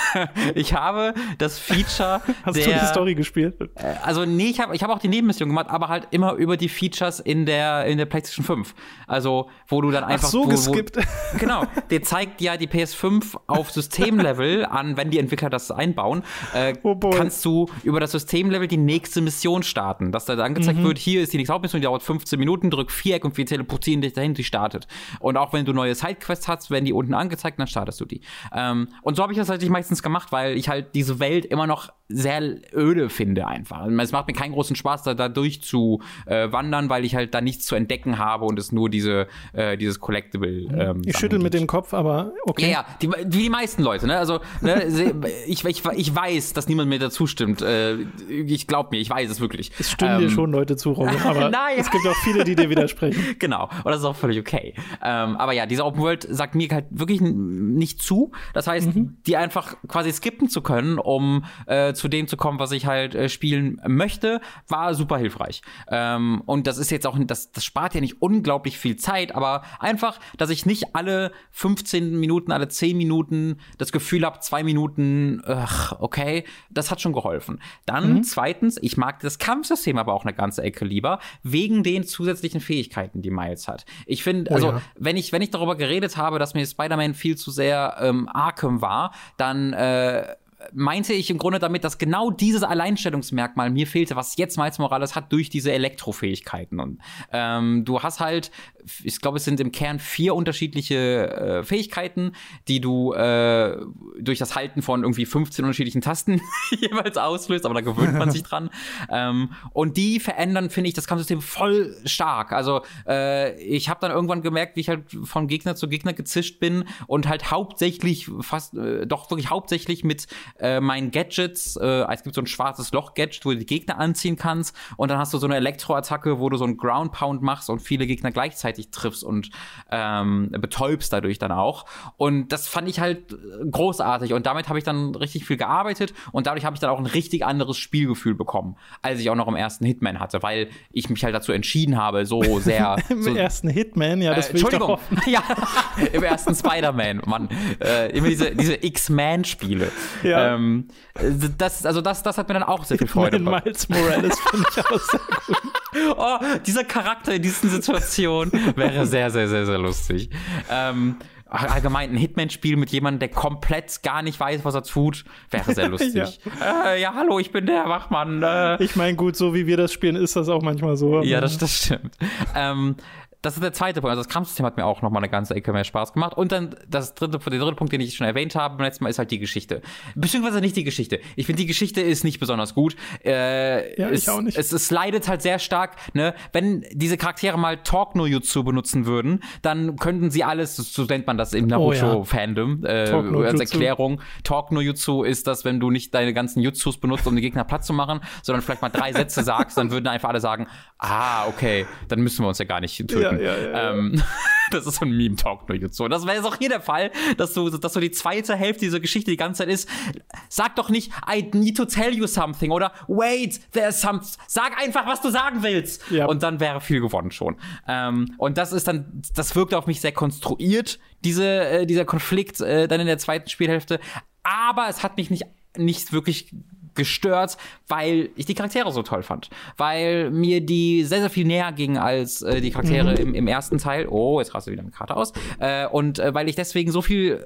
Ich habe das Feature Hast der, du die Story gespielt? Äh, also nee, ich habe ich hab auch die Nebenmission gemacht, aber halt immer über die Features in der in der PlayStation fünf. Also, wo du dann einfach Ach so, wo, geskippt. Wo, genau, der zeigt ja die P S fünf auf Systemlevel an, wenn die Entwickler das einbauen, äh, oh kannst du über das Systemlevel die nächste Mission starten. Dass da angezeigt mhm. wird, hier ist die nächste Hauptmission, die dauert fünfzehn Minuten, drück Viereck und wir teleportieren dich dahin, die startet. Und auch wenn du neue Sidequests hast, werden die unten angezeigt, dann startest du die. Ähm, und so habe ich das halt meistens gemacht, weil ich halt diese Welt immer noch sehr öde finde einfach. Es macht mir keinen großen Spaß, da, da durch zu äh, wandern, weil ich halt da nichts zu entdecken habe und es nur diese äh, dieses Collectible ähm, Ich schüttel mit dem Kopf, aber okay. Ja, ja, die, wie die meisten Leute, ne? Also, ne, ich, ich, ich weiß, dass niemand mir dazu stimmt. Äh, ich glaub mir, ich weiß es wirklich. Es stimmen ähm, dir schon Leute zu, Robin, aber Nein. es gibt auch viele, die dir widersprechen. Genau, und das ist auch völlig okay. Ähm, aber ja, diese Open World sagt mir halt wirklich nicht zu. Das heißt, mhm. die einfach quasi skippen zu können, um äh, zu dem zu kommen, was ich halt äh, spielen möchte, war super hilfreich. Ähm, und das ist jetzt auch, das, das spart ja nicht unglaublich viel Zeit, aber einfach, dass ich nicht alle fünfzehn Minuten, alle zehn Minuten das Gefühl habe, zwei Minuten, ach, okay, das hat schon geholfen. Dann mhm. zweitens, ich mag das Kampfsystem aber auch eine ganze Ecke lieber, wegen den zusätzlichen Fähigkeiten, die Miles hat. Ich finde, also, oh ja. wenn ich, wenn ich darüber geredet habe, dass mir Spider-Man viel zu sehr ähm, Arkham war, dann äh, meinte ich im Grunde damit, dass genau dieses Alleinstellungsmerkmal mir fehlte, was jetzt Miles Morales hat, durch diese Elektrofähigkeiten. Und ähm, du hast halt, ich glaube, es sind im Kern vier unterschiedliche äh, Fähigkeiten, die du äh, durch das Halten von irgendwie fünfzehn unterschiedlichen Tasten jeweils auslöst, aber da gewöhnt man sich dran. Ähm, und die verändern, finde ich, das Kampfsystem voll stark. Also äh, ich habe dann irgendwann gemerkt, wie ich halt von Gegner zu Gegner gezischt bin und halt hauptsächlich, fast, äh, doch wirklich hauptsächlich mit Äh, meinen Gadgets, äh, es gibt so ein schwarzes Loch-Gadget, wo du die Gegner anziehen kannst und dann hast du so eine Elektroattacke, wo du so einen Ground-Pound machst und viele Gegner gleichzeitig triffst und ähm, betäubst dadurch dann auch. Und das fand ich halt großartig und damit habe ich dann richtig viel gearbeitet und dadurch habe ich dann auch ein richtig anderes Spielgefühl bekommen, als ich auch noch im ersten Hitman hatte, weil ich mich halt dazu entschieden habe, so sehr Im so, ersten Hitman, ja, das äh, will ich doch Entschuldigung, hoffen. ja, im ersten Spider-Man, Mann, äh, immer diese, diese X-Man-Spiele. Ja. Ähm, das, also das, das hat mir dann auch sehr viel Freude gemacht. Miles Morales finde ich auch sehr gut. Oh, dieser Charakter in diesen Situationen wäre sehr, sehr, sehr, sehr lustig. Ähm, allgemein ein Hitman-Spiel mit jemandem, der komplett gar nicht weiß, was er tut, wäre sehr lustig. ja. Äh, ja, hallo, ich bin der Wachmann. Äh. Ich meine, gut, so wie wir das spielen, ist das auch manchmal so. Ja, das, das stimmt. ähm, Das ist der zweite Punkt. Also das Kampfsystem hat mir auch noch mal eine ganze Ecke mehr Spaß gemacht. Und dann das dritte, der dritte Punkt, den ich schon erwähnt habe beim letzten Mal, ist halt die Geschichte. Beziehungsweise nicht die Geschichte. Ich finde, die Geschichte ist nicht besonders gut. Äh, ja, es, ich auch nicht. Es, es leidet halt sehr stark, ne? Wenn diese Charaktere mal Talk No Jutsu benutzen würden, dann könnten sie alles, so nennt man das im Naruto-Fandom, oh, ja. äh, no als Erklärung. Talk No Jutsu ist das, wenn du nicht deine ganzen Jutsus benutzt, um den Gegner platt zu machen, sondern vielleicht mal drei Sätze sagst, dann würden einfach alle sagen, ah, okay, dann müssen wir uns ja gar nicht töten. Ja. Ja, ja, ja. Ähm, das ist so ein Meme-Talk nur jetzt so. Das wäre jetzt auch hier der Fall, dass du, dass so die zweite Hälfte dieser Geschichte die ganze Zeit ist. Sag doch nicht, I need to tell you something oder wait, there's something. Sag einfach, was du sagen willst. Ja. Und dann wäre viel gewonnen schon. Ähm, und das ist dann, das wirkt auf mich sehr konstruiert, diese, äh, dieser Konflikt äh, dann in der zweiten Spielhälfte. Aber es hat mich nicht, nicht wirklich gestört, weil ich die Charaktere so toll fand. Weil mir die sehr, sehr viel näher gingen als äh, die Charaktere mhm. im, im ersten Teil. Oh, jetzt raste wieder eine Karte aus. Äh, und äh, weil ich deswegen so viel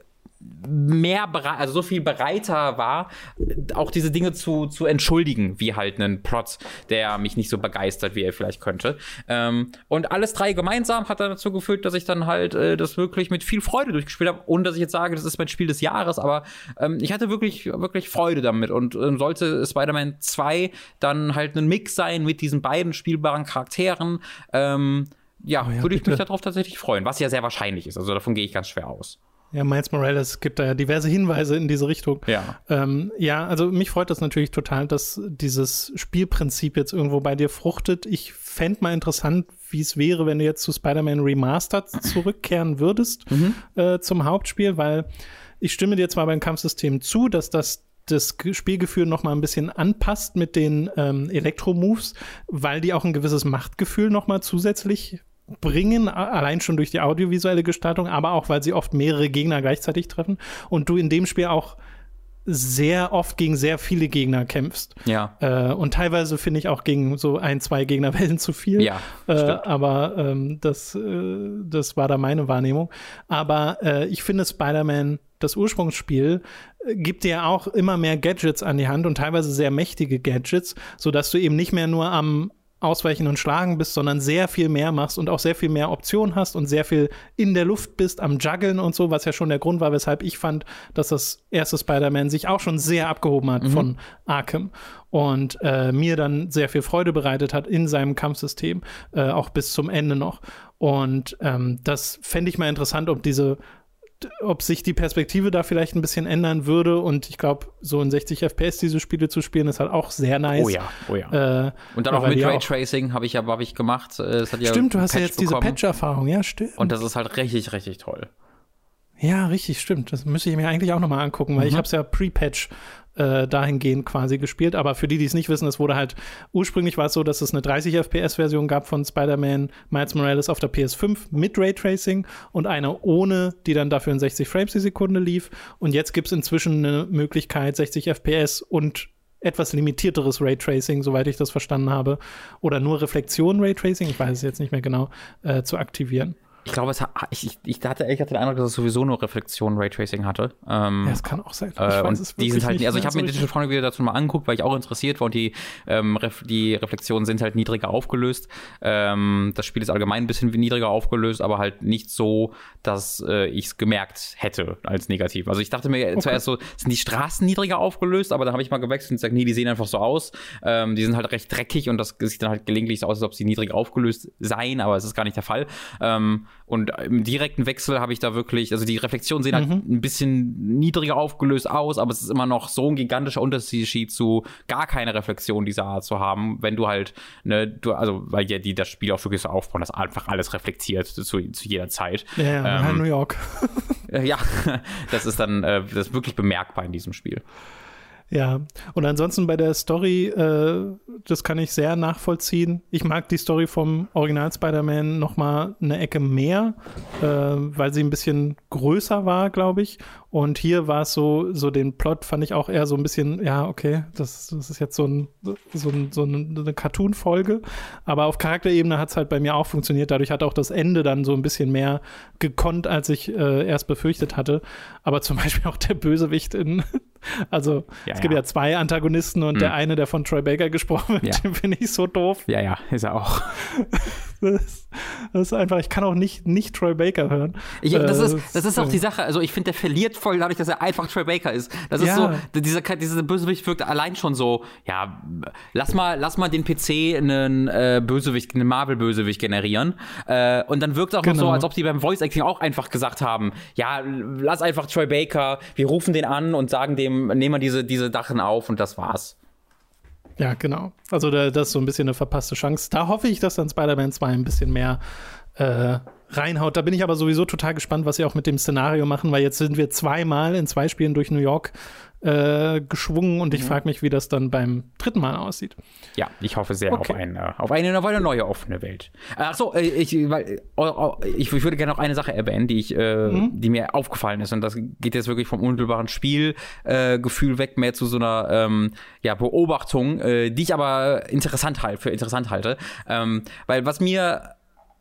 mehr bereit, also so viel bereiter war, auch diese Dinge zu, zu entschuldigen, wie halt einen Plot, der mich nicht so begeistert, wie er vielleicht könnte. Ähm, und alles drei gemeinsam hat dann dazu geführt, dass ich dann halt äh, das wirklich mit viel Freude durchgespielt habe, ohne dass ich jetzt sage, das ist mein Spiel des Jahres, aber ähm, ich hatte wirklich, wirklich Freude damit. Und äh, sollte Spider-Man zwei dann halt ein Mix sein mit diesen beiden spielbaren Charakteren, ähm, ja, oh ja, würde ich bitte. mich darauf tatsächlich freuen, was ja sehr wahrscheinlich ist. Also davon gehe ich ganz schwer aus. Ja, Miles Morales gibt da ja diverse Hinweise in diese Richtung. Ja. Ähm, ja, also mich freut das natürlich total, dass dieses Spielprinzip jetzt irgendwo bei dir fruchtet. Ich fände mal interessant, wie es wäre, wenn du jetzt zu Spider-Man Remastered zurückkehren würdest, mhm. äh, zum Hauptspiel, weil ich stimme dir zwar beim Kampfsystem zu, dass das das Spielgefühl noch mal ein bisschen anpasst mit den ähm, Elektro-Moves, weil die auch ein gewisses Machtgefühl noch mal zusätzlich bringen, allein schon durch die audiovisuelle Gestaltung, aber auch, weil sie oft mehrere Gegner gleichzeitig treffen und du in dem Spiel auch sehr oft gegen sehr viele Gegner kämpfst. Ja. Äh, und teilweise finde ich auch gegen so ein, zwei Gegnerwellen zu viel. Ja, äh, aber ähm, das, äh, das war da meine Wahrnehmung. Aber äh, ich finde Spider-Man, das Ursprungsspiel, äh, gibt dir auch immer mehr Gadgets an die Hand und teilweise sehr mächtige Gadgets, sodass du eben nicht mehr nur am Ausweichen und Schlagen bist, sondern sehr viel mehr machst und auch sehr viel mehr Optionen hast und sehr viel in der Luft bist, am Juggeln und so, was ja schon der Grund war, weshalb ich fand, dass das erste Spider-Man sich auch schon sehr abgehoben hat mhm. von Arkham und äh, mir dann sehr viel Freude bereitet hat in seinem Kampfsystem, äh, auch bis zum Ende noch. Und ähm, das fände ich mal interessant, ob diese ob sich die Perspektive da vielleicht ein bisschen ändern würde und ich glaube, so in sechzig F P S diese Spiele zu spielen, ist halt auch sehr nice. Oh ja, oh ja. Äh, und dann auch mit Raytracing habe ich ja hab ich gemacht. Es hat ja stimmt, du hast Patch ja jetzt bekommen. Diese Patch-Erfahrung, ja, stimmt. Und das ist halt richtig, richtig toll. Ja, richtig, stimmt. Das müsste ich mir eigentlich auch nochmal angucken, weil mhm. ich habe es ja Pre-Patch äh, dahingehend quasi gespielt. Aber für die, die es nicht wissen, es wurde halt, ursprünglich war es so, dass es eine dreißig F P S-Version gab von Spider-Man Miles Morales auf der P S fünf mit Raytracing und eine ohne, die dann dafür in sechzig Frames die Sekunde lief. Und jetzt gibt es inzwischen eine Möglichkeit, sechzig F P S und etwas limitierteres Raytracing, soweit ich das verstanden habe, oder nur Reflexion-Raytracing, ich weiß es jetzt nicht mehr genau, äh, zu aktivieren. Ich glaube, es ha- ich, ich hatte ehrlich gesagt den Eindruck, dass es sowieso nur Reflexion Raytracing hatte. Ähm, ja, das kann auch sein. Ich äh, weiß und es die sind halt, nicht also ich habe so mir Digital Foundry wieder dazu mal angeguckt, weil ich auch interessiert war und die, ähm, Ref- die Reflexionen sind halt niedriger aufgelöst. Ähm, das Spiel ist allgemein ein bisschen niedriger aufgelöst, aber halt nicht so, dass äh, ich es gemerkt hätte als negativ. Also ich dachte mir okay. zuerst so, sind die Straßen niedriger aufgelöst, aber dann habe ich mal gewechselt und gesagt, nee, die sehen einfach so aus. Ähm, die sind halt recht dreckig und das sieht dann halt gelegentlich so aus, als ob sie niedrig aufgelöst seien, aber es ist gar nicht der Fall. Ähm, Und im direkten Wechsel habe ich da wirklich, also die Reflexionen sehen halt mhm. ein bisschen niedriger aufgelöst aus, aber es ist immer noch so ein gigantischer Unterschied zu gar keine Reflexion dieser Art zu haben, wenn du halt, ne, du, also, weil ja die das Spiel auch wirklich so aufbauen, dass einfach alles reflektiert zu, zu jeder Zeit. Ja, ja ähm, New York. Ja, das ist dann, äh, das ist wirklich bemerkbar in diesem Spiel. Ja, und ansonsten bei der Story, äh, das kann ich sehr nachvollziehen. Ich mag die Story vom Original Spider-Man noch mal eine Ecke mehr, äh, weil sie ein bisschen größer war, glaube ich. Und hier war es so, so den Plot fand ich auch eher so ein bisschen, ja, okay, das, das ist jetzt so, ein, so, ein, so eine Cartoon-Folge. Aber auf Charakterebene hat es halt bei mir auch funktioniert. Dadurch hat auch das Ende dann so ein bisschen mehr gekonnt, als ich äh, erst befürchtet hatte. Aber zum Beispiel auch der Bösewicht in, also ja, es gibt ja. ja zwei Antagonisten und hm. der eine, der von Troy Baker gesprochen wird, ja. den finde ich so doof. Ja, ja, ist er auch. Das, das ist einfach, ich kann auch nicht, nicht Troy Baker hören. Ich, das, ist, das ist auch die Sache, also ich finde, der verliert voll dadurch, dass er einfach Troy Baker ist. Das ist ja. so, dieser, dieser Bösewicht wirkt allein schon so, ja, lass mal, lass mal den P C einen äh, Bösewicht, einen Marvel-Bösewicht generieren äh, und dann wirkt es auch genau. noch so, als ob die beim Voice-Acting auch einfach gesagt haben, ja, lass einfach Troy Baker, wir rufen den an und sagen dem, nehmen wir diese, diese Sachen auf und das war's. Ja, genau. Also da, das ist so ein bisschen eine verpasste Chance. Da hoffe ich, dass dann Spider-Man zwei ein bisschen mehr äh, reinhaut. Da bin ich aber sowieso total gespannt, was sie auch mit dem Szenario machen, weil jetzt sind wir zweimal in zwei Spielen durch New York äh, geschwungen und ich mhm. frage mich, wie das dann beim dritten Mal aussieht. Ja, ich hoffe sehr okay. auf, eine, auf, eine, auf eine neue offene Welt. Achso, ich, weil, ich, ich würde gerne noch eine Sache erwähnen, die, ich, äh, mhm. die mir aufgefallen ist und das geht jetzt wirklich vom unmittelbaren Spielgefühl äh, weg, mehr zu so einer ähm, ja, Beobachtung, äh, die ich aber interessant halt, für interessant halte. Ähm, weil was mir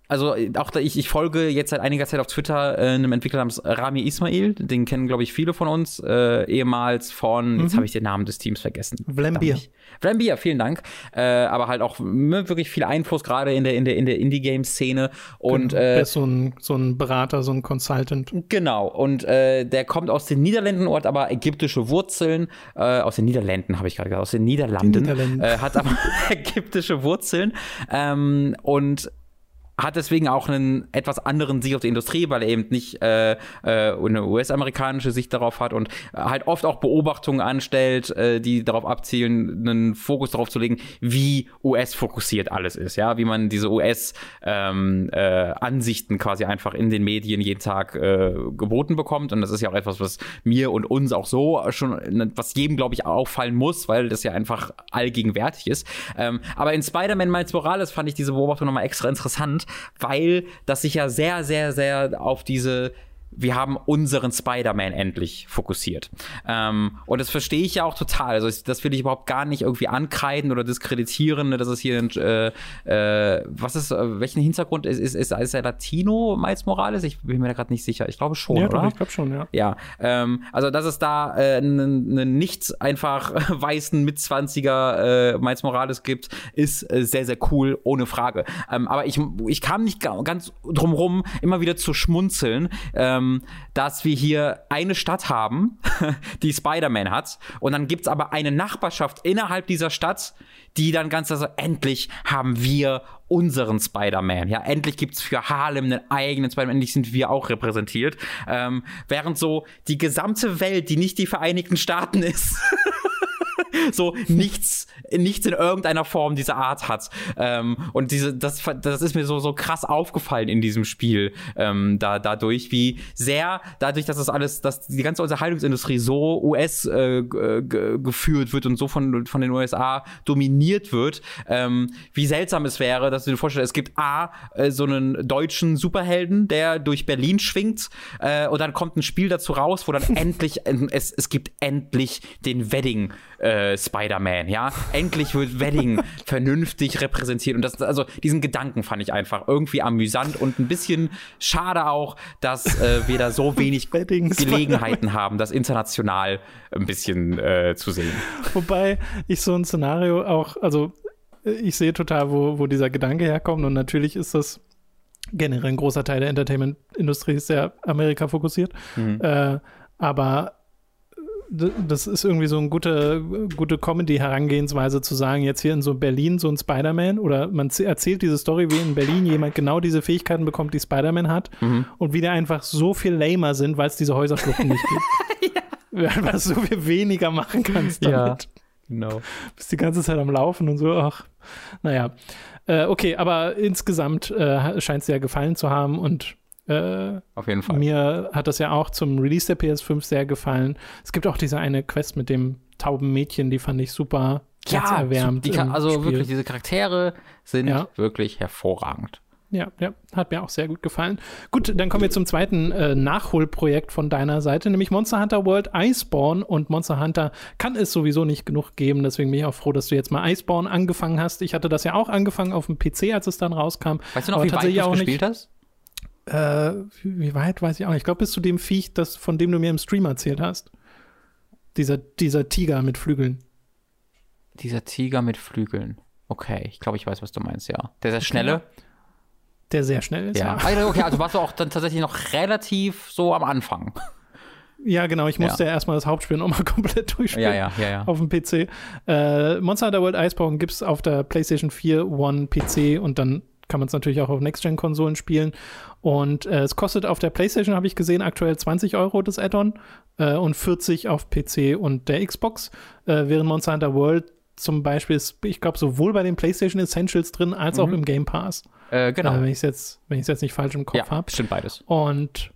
Also auch da, ich, ich folge jetzt seit einiger Zeit auf Twitter äh, einem Entwickler namens Rami Ismail. Den kennen, glaube ich, viele von uns. Äh, ehemals von, mhm. jetzt habe ich den Namen des Teams vergessen. Vlambeer. Vlambeer, vielen Dank. Äh, aber halt auch ne, wirklich viel Einfluss gerade in der, in der, in der Indie-Game-Szene. Und genau. äh, Der ist so ein, so ein Berater, so ein Consultant. Genau. Und äh, der kommt aus den Niederlanden, hat aber ägyptische Wurzeln. Äh, aus den Niederlanden, habe ich gerade gesagt. Aus den Niederlanden. Niederlanden. Äh, hat aber ägyptische Wurzeln. Ähm, und hat deswegen auch einen etwas anderen Sicht auf die Industrie, weil er eben nicht äh, äh, eine U S-amerikanische Sicht darauf hat und halt oft auch Beobachtungen anstellt, äh, die darauf abzielen, einen Fokus darauf zu legen, wie U S-fokussiert alles ist, ja, wie man diese U S-Ansichten ähm, äh, quasi einfach in den Medien jeden Tag äh, geboten bekommt. Und das ist ja auch etwas, was mir und uns auch so schon, was jedem, glaube ich, auffallen muss, weil das ja einfach allgegenwärtig ist. Ähm, aber in Spider-Man Miles Morales fand ich diese Beobachtung nochmal extra interessant, weil das sich ja sehr, sehr, sehr auf diese wir haben unseren Spider-Man endlich fokussiert. Ähm, und das verstehe ich ja auch total. Also das will ich überhaupt gar nicht irgendwie ankreiden oder diskreditieren. Das ist hier ein, äh, äh, was ist, äh, welchen Hintergrund ist, ist, ist, ist er Latino, Miles Morales? Ich bin mir da gerade nicht sicher. Ich glaube schon, ja, oder? Doch, ich glaube schon, ja. Ja, ähm, also dass es da einen äh, nicht einfach weißen Mitzwanziger äh, Miles Morales gibt, ist äh, sehr, sehr cool, ohne Frage. Ähm, aber ich, ich kam nicht ganz drum rum, immer wieder zu schmunzeln, ähm, dass wir hier eine Stadt haben, die Spider-Man hat, und dann gibt's aber eine Nachbarschaft innerhalb dieser Stadt, die dann ganz also, endlich haben wir unseren Spider-Man. Ja, endlich gibt's für Harlem einen eigenen Spider-Man, endlich sind wir auch repräsentiert. Ähm, während so die gesamte Welt, die nicht die Vereinigten Staaten ist, so nichts, nichts in irgendeiner Form dieser Art hat. Ähm, und diese, das, das ist mir so, so krass aufgefallen in diesem Spiel, ähm, da, dadurch, wie sehr, dadurch, dass das alles, dass die ganze Unterhaltungsindustrie so U S äh, g- geführt wird und so von, von den U S A dominiert wird, ähm, wie seltsam es wäre, dass du dir vorstellst, es gibt A, äh, so einen deutschen Superhelden, der durch Berlin schwingt, äh, und dann kommt ein Spiel dazu raus, wo dann endlich, äh, es, es gibt endlich den Wedding, äh, Spider-Man, ja. Endlich wird Wedding vernünftig repräsentiert. Und das, also diesen Gedanken fand ich einfach irgendwie amüsant und ein bisschen schade auch, dass äh, wir da so wenig Gelegenheiten haben, das international ein bisschen äh, zu sehen. Wobei ich so ein Szenario auch, also ich sehe total, wo, wo dieser Gedanke herkommt, und natürlich ist das generell ein großer Teil der Entertainment-Industrie, ist sehr Amerika fokussiert. Mhm. Äh, aber das ist irgendwie so eine gute, gute Comedy-Herangehensweise zu sagen, jetzt hier in so Berlin so ein Spider-Man, oder man z- erzählt diese Story, wie in Berlin jemand genau diese Fähigkeiten bekommt, die Spider-Man hat, mhm. und wie die einfach so viel lamer sind, weil es diese Häuserschluchten nicht gibt. Ja. Weil du einfach so viel weniger machen kannst damit. Ja, genau. Bist die ganze Zeit am Laufen und so, ach, naja. Äh, okay, aber insgesamt äh, scheint es dir ja gefallen zu haben, und Äh, auf jeden Fall. Mir hat das ja auch zum Release der P S fünf sehr gefallen. Es gibt auch diese eine Quest mit dem tauben Mädchen, die fand ich super herzerwärmend. Ja, die kann, also Spiel. Wirklich, diese Charaktere sind ja. wirklich hervorragend. Ja, ja, hat mir auch sehr gut gefallen. Gut, dann kommen wir zum zweiten äh, Nachholprojekt von deiner Seite, nämlich Monster Hunter World Iceborne. Und Monster Hunter kann es sowieso nicht genug geben, deswegen bin ich auch froh, dass du jetzt mal Iceborne angefangen hast. Ich hatte das ja auch angefangen auf dem P C, als es dann rauskam. Weißt du noch, wie weit du es gespielt hast? Äh, wie weit, weiß ich auch nicht. Ich glaube, bis zu dem Viech, das, von dem du mir im Stream erzählt hast. Dieser, dieser Tiger mit Flügeln. Dieser Tiger mit Flügeln. Okay, ich glaube, ich weiß, was du meinst, ja. Der sehr schnelle? Der sehr schnell ist, ja. ja. Okay, also warst du auch dann tatsächlich noch relativ so am Anfang. Ja, genau, ich musste ja, ja erstmal das Hauptspiel nochmal komplett durchspielen. Ja, ja, ja, ja. Auf dem P C. Äh, Monster Hunter World Iceborne gibt es auf der PlayStation vier, One, P C, und dann kann man es natürlich auch auf Next-Gen-Konsolen spielen. Und äh, es kostet auf der PlayStation, habe ich gesehen, aktuell zwanzig Euro das Add-on äh, und vierzig auf P C und der Xbox. Äh, während Monster Hunter World zum Beispiel ist, ich glaube, sowohl bei den PlayStation Essentials drin, als mhm. auch im Game Pass. Äh, genau. Äh, wenn ich es jetzt, wenn ich es jetzt nicht falsch im Kopf ja, habe. Stimmt beides. Und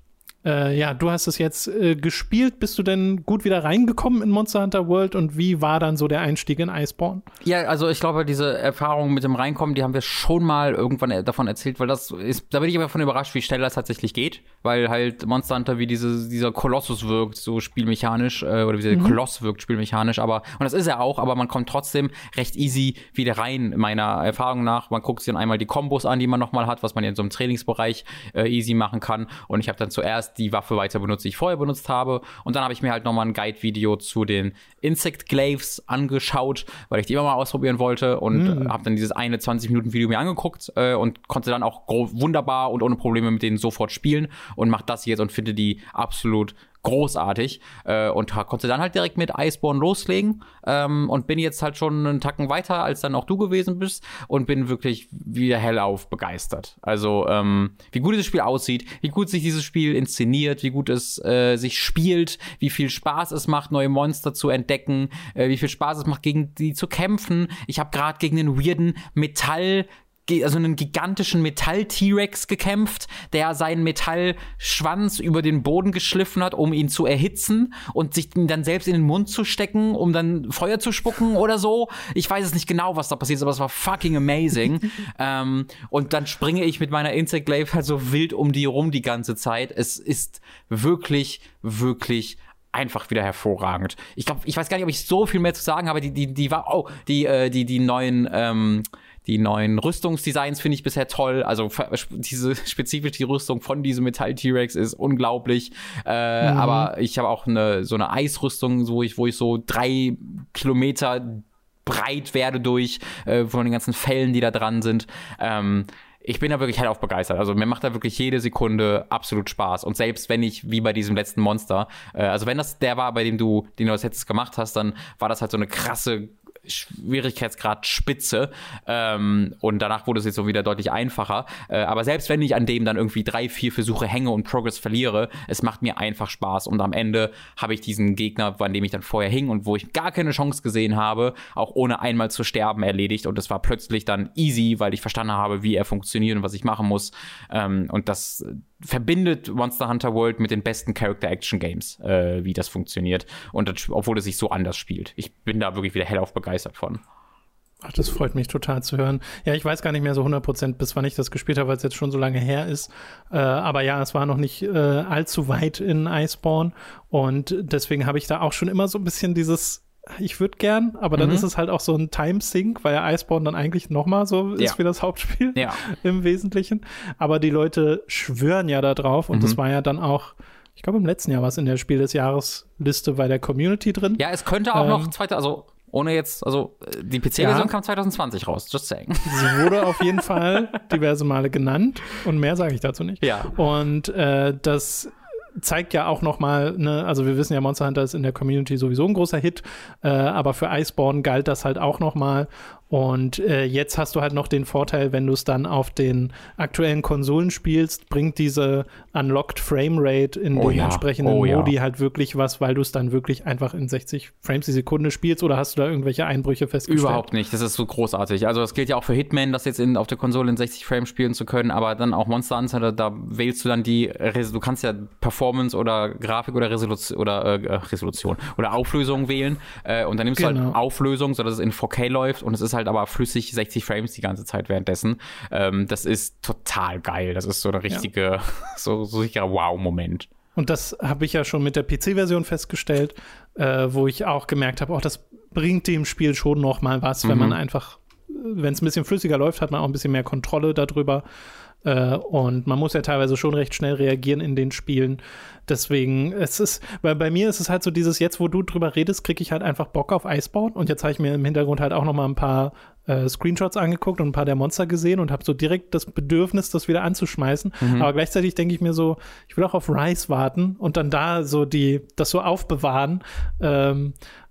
Äh, ja, du hast es jetzt äh, gespielt. Bist du denn gut wieder reingekommen in Monster Hunter World und wie war dann so der Einstieg in Iceborne? Ja, also ich glaube, diese Erfahrung mit dem Reinkommen, die haben wir schon mal irgendwann davon erzählt, weil das ist, da bin ich aber davon überrascht, wie schnell das tatsächlich geht, weil halt Monster Hunter wie diese, dieser Kolossus wirkt, so spielmechanisch, äh, oder wie der mhm. Koloss wirkt spielmechanisch, aber, und das ist er auch, aber man kommt trotzdem recht easy wieder rein, meiner Erfahrung nach. Man guckt sich dann einmal die Kombos an, die man nochmal hat, was man in so einem Trainingsbereich äh, easy machen kann, und ich habe dann zuerst die Waffe weiter benutzt, die ich vorher benutzt habe. Und dann habe ich mir halt nochmal ein Guide-Video zu den Insect Glaives angeschaut, weil ich die immer mal ausprobieren wollte, und mm. habe dann dieses eine zwanzig-Minuten-Video mir angeguckt äh, und konnte dann auch wunderbar und ohne Probleme mit denen sofort spielen und mache das jetzt und finde die absolut großartig äh, und konnte dann halt direkt mit Iceborne loslegen ähm, und bin jetzt halt schon einen Tacken weiter, als dann auch du gewesen bist, und bin wirklich wieder hellauf begeistert. Also ähm, wie gut dieses Spiel aussieht, wie gut sich dieses Spiel inszeniert, wie gut es äh, sich spielt, wie viel Spaß es macht, neue Monster zu entdecken, äh, wie viel Spaß es macht, gegen die zu kämpfen. Ich habe gerade gegen einen weirden Metall also einen gigantischen Metall-T-Rex gekämpft, der seinen Metallschwanz über den Boden geschliffen hat, um ihn zu erhitzen und sich ihn dann selbst in den Mund zu stecken, um dann Feuer zu spucken oder so. Ich weiß es nicht genau, was da passiert ist, aber es war fucking amazing. ähm, und dann springe ich mit meiner Insect Glaive halt so wild um die rum die ganze Zeit. Es ist wirklich, wirklich einfach wieder hervorragend. Ich glaube, ich weiß gar nicht, ob ich so viel mehr zu sagen habe. Die, die, die war, oh, die, äh, die, die neuen, ähm, Die neuen Rüstungsdesigns finde ich bisher toll. Also diese spezifisch die Rüstung von diesem Metall-T-Rex ist unglaublich. Äh, mhm. Aber ich habe auch eine so eine Eisrüstung, wo ich, wo ich so drei Kilometer breit werde durch äh, von den ganzen Fällen, die da dran sind. Ähm, Ich bin da wirklich hellauf begeistert. Also mir macht da wirklich jede Sekunde absolut Spaß. Und selbst wenn ich, wie bei diesem letzten Monster, äh, also wenn das der war, bei dem du, den du das jetzt gemacht hast, dann war das halt so eine krasse Schwierigkeitsgrad Spitze, ähm, und danach wurde es jetzt so wieder deutlich einfacher, äh, aber selbst wenn ich an dem dann irgendwie drei, vier Versuche hänge und Progress verliere, es macht mir einfach Spaß, und am Ende habe ich diesen Gegner, an dem ich dann vorher hing und wo ich gar keine Chance gesehen habe, auch ohne einmal zu sterben erledigt, und es war plötzlich dann easy, weil ich verstanden habe, wie er funktioniert und was ich machen muss, ähm, und das verbindet Monster Hunter World mit den besten Character-Action-Games, äh, wie das funktioniert, und das, obwohl es sich so anders spielt. Ich bin da wirklich wieder hellauf begeistert von. Ach, das freut mich total zu hören. Ja, ich weiß gar nicht mehr so hundert Prozent, bis wann ich das gespielt habe, weil es jetzt schon so lange her ist. Äh, aber ja, es war noch nicht äh, allzu weit in Iceborne, und deswegen habe ich da auch schon immer so ein bisschen dieses ich würde gern, aber dann mhm. ist es halt auch so ein Time-Sink, weil ja Iceborne dann eigentlich nochmal so ist ja. wie das Hauptspiel ja. im Wesentlichen. Aber die Leute schwören ja da drauf, und mhm. das war ja dann auch, ich glaube im letzten Jahr war es in der Spiel des Jahres-Liste bei der Community drin. Ja, es könnte auch ähm, noch zweite, also ohne jetzt, also die P C-Version ja. kam zwanzig zwanzig raus, just saying. Sie wurde auf jeden Fall diverse Male genannt, und mehr sage ich dazu nicht. Ja. Und äh, das zeigt ja auch noch mal, ne, also wir wissen ja, Monster Hunter ist in der Community sowieso ein großer Hit, äh, aber für Iceborne galt das halt auch noch mal. Und äh, jetzt hast du halt noch den Vorteil, wenn du es dann auf den aktuellen Konsolen spielst, bringt diese Unlocked Framerate in oh den ja. entsprechenden oh Modi ja. halt wirklich was, weil du es dann wirklich einfach in sechzig Frames die Sekunde spielst, oder hast du da irgendwelche Einbrüche festgestellt? Überhaupt nicht, das ist so großartig. Also das gilt ja auch für Hitman, das jetzt in, auf der Konsole in sechzig Frames spielen zu können, aber dann auch Monster Hunter, da, da wählst du dann die, Res- du kannst ja Performance oder Grafik oder Resolution oder äh, Resolution oder Auflösung wählen, äh, und dann nimmst genau. du halt Auflösung, sodass es in vier K läuft, und es ist halt aber flüssig sechzig Frames die ganze Zeit währenddessen. Ähm, das ist total geil. Das ist so eine richtige, ja. so, so sicherer Wow-Moment. Und das habe ich ja schon mit der P C-Version festgestellt, äh, wo ich auch gemerkt habe, auch das bringt dem Spiel schon noch mal was, mhm. wenn man einfach, wenn es ein bisschen flüssiger läuft, hat man auch ein bisschen mehr Kontrolle darüber. Äh, und man muss ja teilweise schon recht schnell reagieren in den Spielen. Deswegen, es ist, weil bei mir ist es halt so dieses, jetzt wo du drüber redest, kriege ich halt einfach Bock auf Iceborne, und jetzt habe ich mir im Hintergrund halt auch noch mal ein paar äh, Screenshots angeguckt und ein paar der Monster gesehen und habe so direkt das Bedürfnis, das wieder anzuschmeißen. Mhm. Aber gleichzeitig denke ich mir so, ich will auch auf Rise warten und dann da so die, das so aufbewahren. Ähm,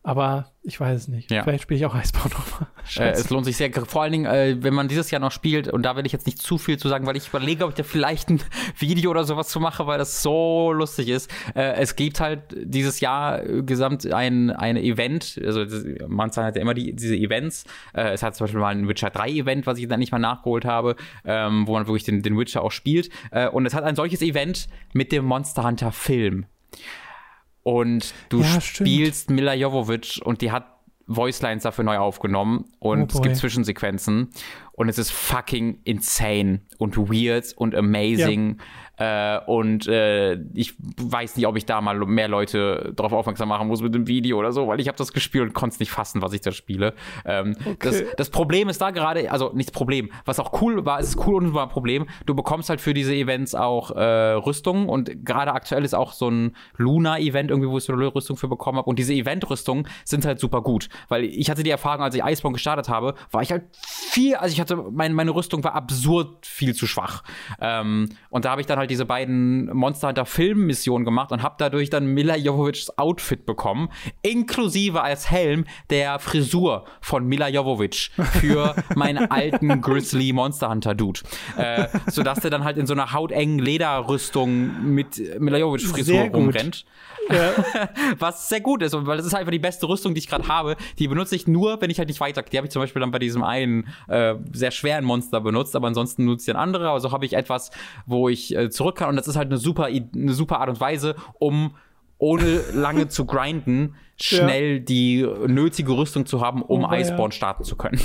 Aber ich weiß es nicht. Ja. Vielleicht spiele ich auch Iceborne nochmal. Äh, es lohnt sich sehr, vor allen Dingen, äh, wenn man dieses Jahr noch spielt, und da will ich jetzt nicht zu viel zu sagen, weil ich überlege, ob ich da vielleicht ein Video oder sowas zu mache, weil das so lustig ist. Äh, es gibt halt dieses Jahr äh, gesamt ein, ein Event, also das, man hat ja immer die, diese Events. Äh, es hat zum Beispiel mal ein Witcher drei Event, was ich dann nicht mal nachgeholt habe, ähm, wo man wirklich den, den Witcher auch spielt. Äh, und es hat ein solches Event mit dem Monster Hunter Film. Und du ja, spielst stimmt. Milla Jovovich und die hat Voicelines dafür neu aufgenommen und oh es gibt Zwischensequenzen und es ist fucking insane und weird und amazing. Ja. Äh, und äh, ich weiß nicht, ob ich da mal mehr Leute darauf aufmerksam machen muss mit dem Video oder so, weil ich habe das gespielt und konnte es nicht fassen, was ich da spiele. Ähm, okay. das, das Problem ist da gerade, also nicht das Problem, was auch cool war, es ist cool und war ein Problem, du bekommst halt für diese Events auch äh, Rüstungen und gerade aktuell ist auch so ein Luna-Event irgendwie, wo ich so eine Rüstung für bekommen habe und diese Event-Rüstungen sind halt super gut, weil ich hatte die Erfahrung, als ich Iceborne gestartet habe, war ich halt viel, also ich hatte, mein, meine Rüstung war absurd viel zu schwach. Ähm, und da habe ich dann halt diese beiden Monster Hunter Film-Missionen gemacht und habe dadurch dann Milla Jovovichs Outfit bekommen, inklusive als Helm der Frisur von Milla Jovovich für meinen alten Grizzly Monster Hunter Dude. Äh, sodass der dann halt in so einer hautengen Lederrüstung mit Milla Jovovich Frisur rumrennt. Ja. Was sehr gut ist, weil das ist einfach die beste Rüstung, die ich gerade habe. Die benutze ich nur, wenn ich halt nicht weiter. Die habe ich zum Beispiel dann bei diesem einen äh, sehr schweren Monster benutzt, aber ansonsten nutze ich dann andere. Also habe ich etwas, wo ich äh, zurück kann und das ist halt eine super, eine super Art und Weise, um ohne lange zu grinden, schnell ja. die nötige Rüstung zu haben, um oh, Iceborne ja. starten zu können.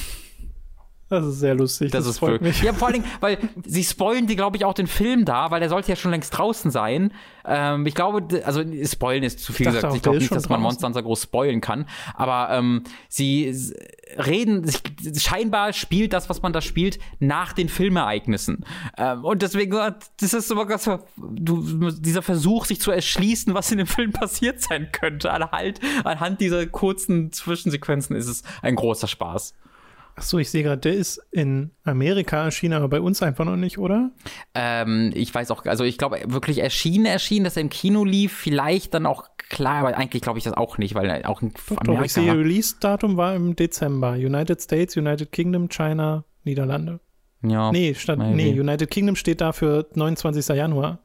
Das ist sehr lustig. Das, das ist freut mich. Ja, vor allen Dingen, weil sie spoilen die, glaube ich, auch den Film da, weil der sollte ja schon längst draußen sein. Ähm, ich glaube, also spoilen ist zu viel ich gesagt. Ich glaube nicht, dass man Monster Hunter groß spoilen kann. Aber ähm, sie reden, scheinbar spielt das, was man da spielt, nach den Filmereignissen. Ähm, und deswegen, das ist immer ganz, du, dieser Versuch, sich zu erschließen, was in dem Film passiert sein könnte, anhand, anhand dieser kurzen Zwischensequenzen ist es ein großer Spaß. Achso, ich sehe gerade, der ist in Amerika erschienen, aber bei uns einfach noch nicht, oder? Ähm, ich weiß auch, also ich glaube, wirklich erschienen, erschienen, dass er im Kino lief, vielleicht dann auch klar, aber eigentlich glaube ich das auch nicht, weil auch in doch, Amerika. Doch, ich sehe, Release-Datum war im Dezember. United States, United Kingdom, China, Niederlande. Ja. Nee, statt, nee, United Kingdom steht da für neunundzwanzigster Januar.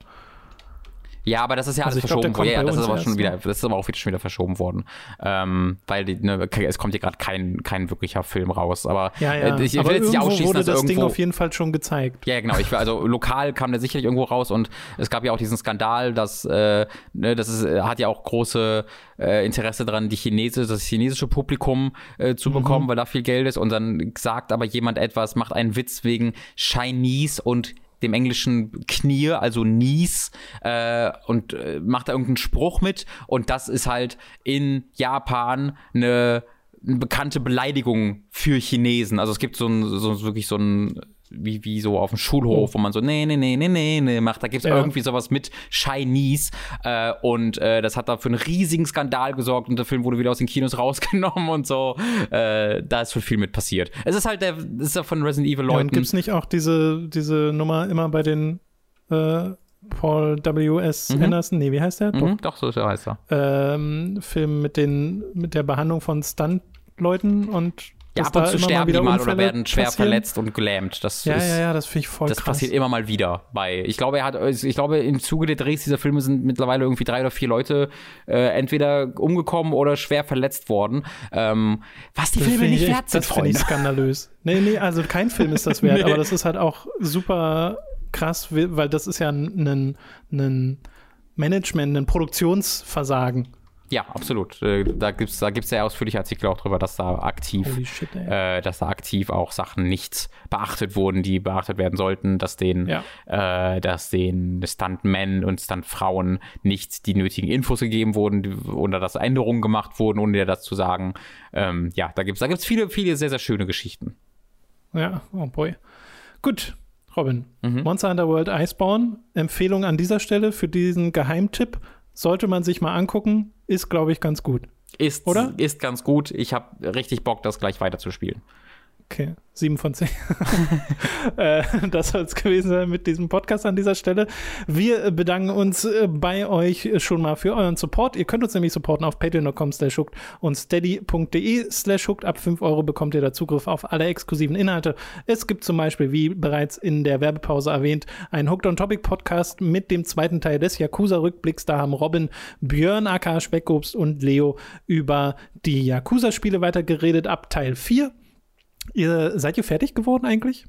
Ja, aber das ist ja alles also verschoben worden. Ja, das ist aber schon wieder, das ist aber auch schon wieder verschoben worden. Ähm, weil die, ne, es kommt hier gerade kein, kein wirklicher Film raus. Aber ja, ja. ich, ich aber will jetzt nicht ausschließen, wurde dass das irgendwo, Ding auf jeden Fall schon gezeigt. Ja, genau. Ich, also lokal kam der sicherlich irgendwo raus und es gab ja auch diesen Skandal, dass äh, ne, das ist, hat ja auch große äh, Interesse daran, die Chinese, das chinesische Publikum äh, zu bekommen, mhm. weil da viel Geld ist. Und dann sagt aber jemand etwas, macht einen Witz wegen Chinese und dem englischen Knie, also Nies, äh, und äh, macht da irgendeinen Spruch mit und das ist halt in Japan eine, eine bekannte Beleidigung für Chinesen. Also es gibt so ein, so wirklich so ein Wie, wie so auf dem Schulhof, oh. wo man so nee, nee, nee, nee, nee, nee macht. Da gibt's ja. irgendwie sowas mit Chinese äh, und äh, das hat da für einen riesigen Skandal gesorgt und der Film wurde wieder aus den Kinos rausgenommen und so. Äh, da ist schon viel mit passiert. Es ist halt der, das ist ja von Resident Evil Leuten. Ja, und gibt's nicht auch diese, diese Nummer immer bei den äh, Paul W S. Mhm. Anderson? Nee, wie heißt der? Mhm, doch, so heißt er. Ähm, Film mit den, mit der Behandlung von Stuntleuten und ja, ab und zu sterben die mal oder werden schwer passieren. verletzt und gelähmt. Das ja, ist, ja, ja, das finde ich voll das krass. Das passiert immer mal wieder bei. Ich glaube, er hat, ich glaube, im Zuge der Drehs dieser Filme sind mittlerweile irgendwie drei oder vier Leute äh, entweder umgekommen oder schwer verletzt worden. Ähm, was die das Filme nicht ich, wert sind, Das finde ich skandalös. Nee, nee, also kein Film ist das wert, nee. aber das ist halt auch super krass, weil das ist ja ein, ein Management, ein Produktionsversagen. Ja, absolut. Äh, da gibt's, da gibt's ja ausführliche Artikel auch drüber, dass da aktiv, shit, äh, dass da aktiv auch Sachen nicht beachtet wurden, die beachtet werden sollten, dass den, ja. äh, dass den Stuntmen und Stuntfrauen nicht die nötigen Infos gegeben wurden die, oder dass Änderungen gemacht wurden, ohne dir das zu sagen. Ähm, ja, da gibt's, da gibt's viele, viele sehr, sehr schöne Geschichten. Ja, oh boy. Gut, Robin. Mhm. Monster Hunter World Iceborne. Empfehlung an dieser Stelle für diesen Geheimtipp. Sollte man sich mal angucken, ist, glaube ich, ganz gut. Ist, oder? Ist ganz gut. Ich habe richtig Bock, das gleich weiterzuspielen. Okay, sieben von zehn. äh, das soll es gewesen sein mit diesem Podcast an dieser Stelle. Wir bedanken uns bei euch schon mal für euren Support. Ihr könnt uns nämlich supporten auf patreon punkt com slash hooked und steady.de slash hooked. Ab fünf Euro bekommt ihr da Zugriff auf alle exklusiven Inhalte. Es gibt zum Beispiel, wie bereits in der Werbepause erwähnt, einen Hooked on Topic Podcast mit dem zweiten Teil des Yakuza-Rückblicks. Da haben Robin, Björn aka Speckobst und Leo über die Yakuza-Spiele weitergeredet ab Teil vier. Ihr, seid ihr fertig geworden eigentlich?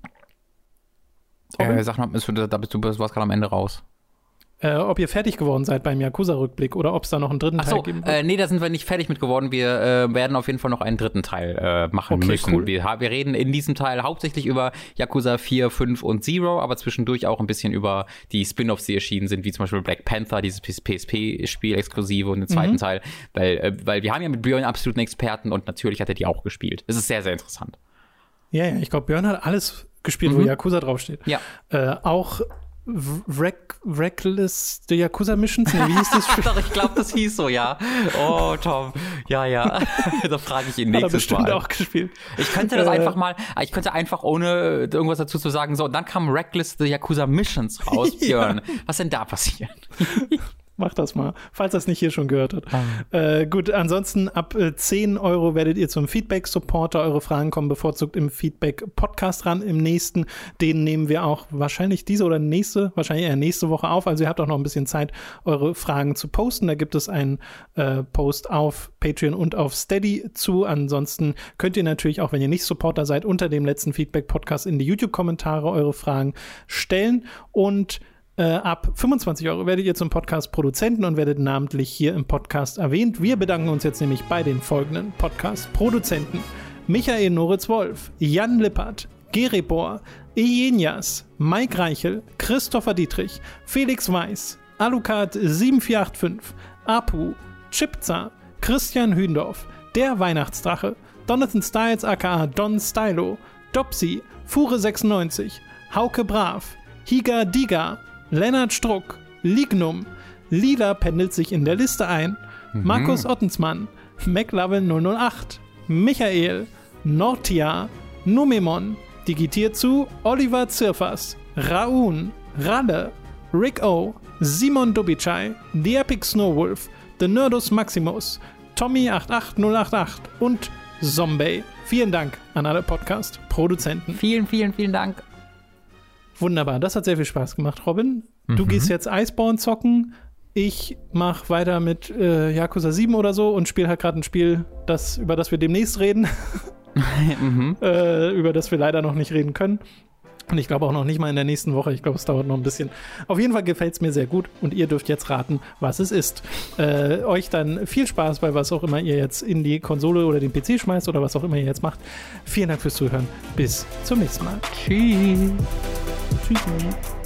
Äh, sag mal, bist du, da bist du, du warst gerade am Ende raus. Äh, ob ihr fertig geworden seid beim Yakuza-Rückblick oder ob es da noch einen dritten Ach so, Teil geben wird? Äh, nee, da sind wir nicht fertig mit geworden. Wir äh, werden auf jeden Fall noch einen dritten Teil äh, machen okay, müssen. Cool. Wir, wir reden in diesem Teil hauptsächlich über Yakuza vier, fünf und Zero, aber zwischendurch auch ein bisschen über die Spin-Offs, die erschienen sind, wie zum Beispiel Black Panther, dieses P S P-Spiel exklusive und den zweiten mhm. Teil. Weil, äh, weil wir haben ja mit Björn einen absoluten Experten und natürlich hat er die auch gespielt. Es ist sehr, sehr interessant. Ja, ja, ich glaube, Björn hat alles gespielt, mhm. wo Yakuza draufsteht. Ja. Äh, auch Wreck, Wreckless The Yakuza Missions? Nee, wie hieß das? Doch, ich glaube, das hieß so, ja. Oh, Tom. Ja, ja. Da frage ich ihn nächstes Mal. Hat er bestimmt Mal. auch gespielt. Ich könnte das äh, einfach mal, ich könnte einfach ohne irgendwas dazu zu sagen, so, und dann kam Wreckless The Yakuza Missions raus, Björn. Ja. Was denn da passiert? Mach das mal, falls das nicht hier schon gehört hat. Ah. Äh, gut, ansonsten ab äh, zehn Euro werdet ihr zum Feedback-Supporter. Eure Fragen kommen bevorzugt im Feedback-Podcast ran. Im nächsten, den nehmen wir auch wahrscheinlich diese oder nächste, wahrscheinlich eher nächste Woche auf. Also ihr habt auch noch ein bisschen Zeit, eure Fragen zu posten. Da gibt es einen äh, Post auf Patreon und auf Steady zu. Ansonsten könnt ihr natürlich auch, wenn ihr nicht Supporter seid, unter dem letzten Feedback-Podcast in die YouTube-Kommentare eure Fragen stellen. Und Äh, ab fünfundzwanzig Euro werdet ihr zum Podcast-Produzenten und werdet namentlich hier im Podcast erwähnt. Wir bedanken uns jetzt nämlich bei den folgenden Podcast-Produzenten: Michael Noritz-Wolf, Jan Lippert, Geribor, Ejenias, Mike Reichel, Christopher Dietrich, Felix Weiß, Alucard sieben vier acht fünf, Apu, Chipza, Christian Hündorf, Der Weihnachtsdrache, Donathan Styles aka Don Stylo, Dopsy, Fure sechsundneunzig, Hauke Brav, Higa Diga, Lennart Struck, Lignum, Lila pendelt sich in der Liste ein, mhm. Markus Ottensmann, McLovin null null acht, Michael, Nortia, Numemon, digitiert zu Oliver Zirfas, Raun, Ralle, Rick O, Simon Dubicai, The Epic Snowwolf, The Nerdus Maximus, Tommy acht acht null acht acht und Zombie. Vielen Dank an alle Podcast-Produzenten. Vielen, vielen, vielen Dank. Wunderbar, das hat sehr viel Spaß gemacht, Robin. Du mhm. gehst jetzt Iceborne zocken. Ich mache weiter mit äh, Yakuza sieben oder so und spiele halt gerade ein Spiel, das, über das wir demnächst reden. mhm. äh, über das wir leider noch nicht reden können. Und ich glaube auch noch nicht mal in der nächsten Woche. Ich glaube, es dauert noch ein bisschen. Auf jeden Fall gefällt es mir sehr gut und ihr dürft jetzt raten, was es ist. Äh, euch dann viel Spaß bei was auch immer ihr jetzt in die Konsole oder den P C schmeißt oder was auch immer ihr jetzt macht. Vielen Dank fürs Zuhören. Bis zum nächsten Mal. Tschüss. Tschüss.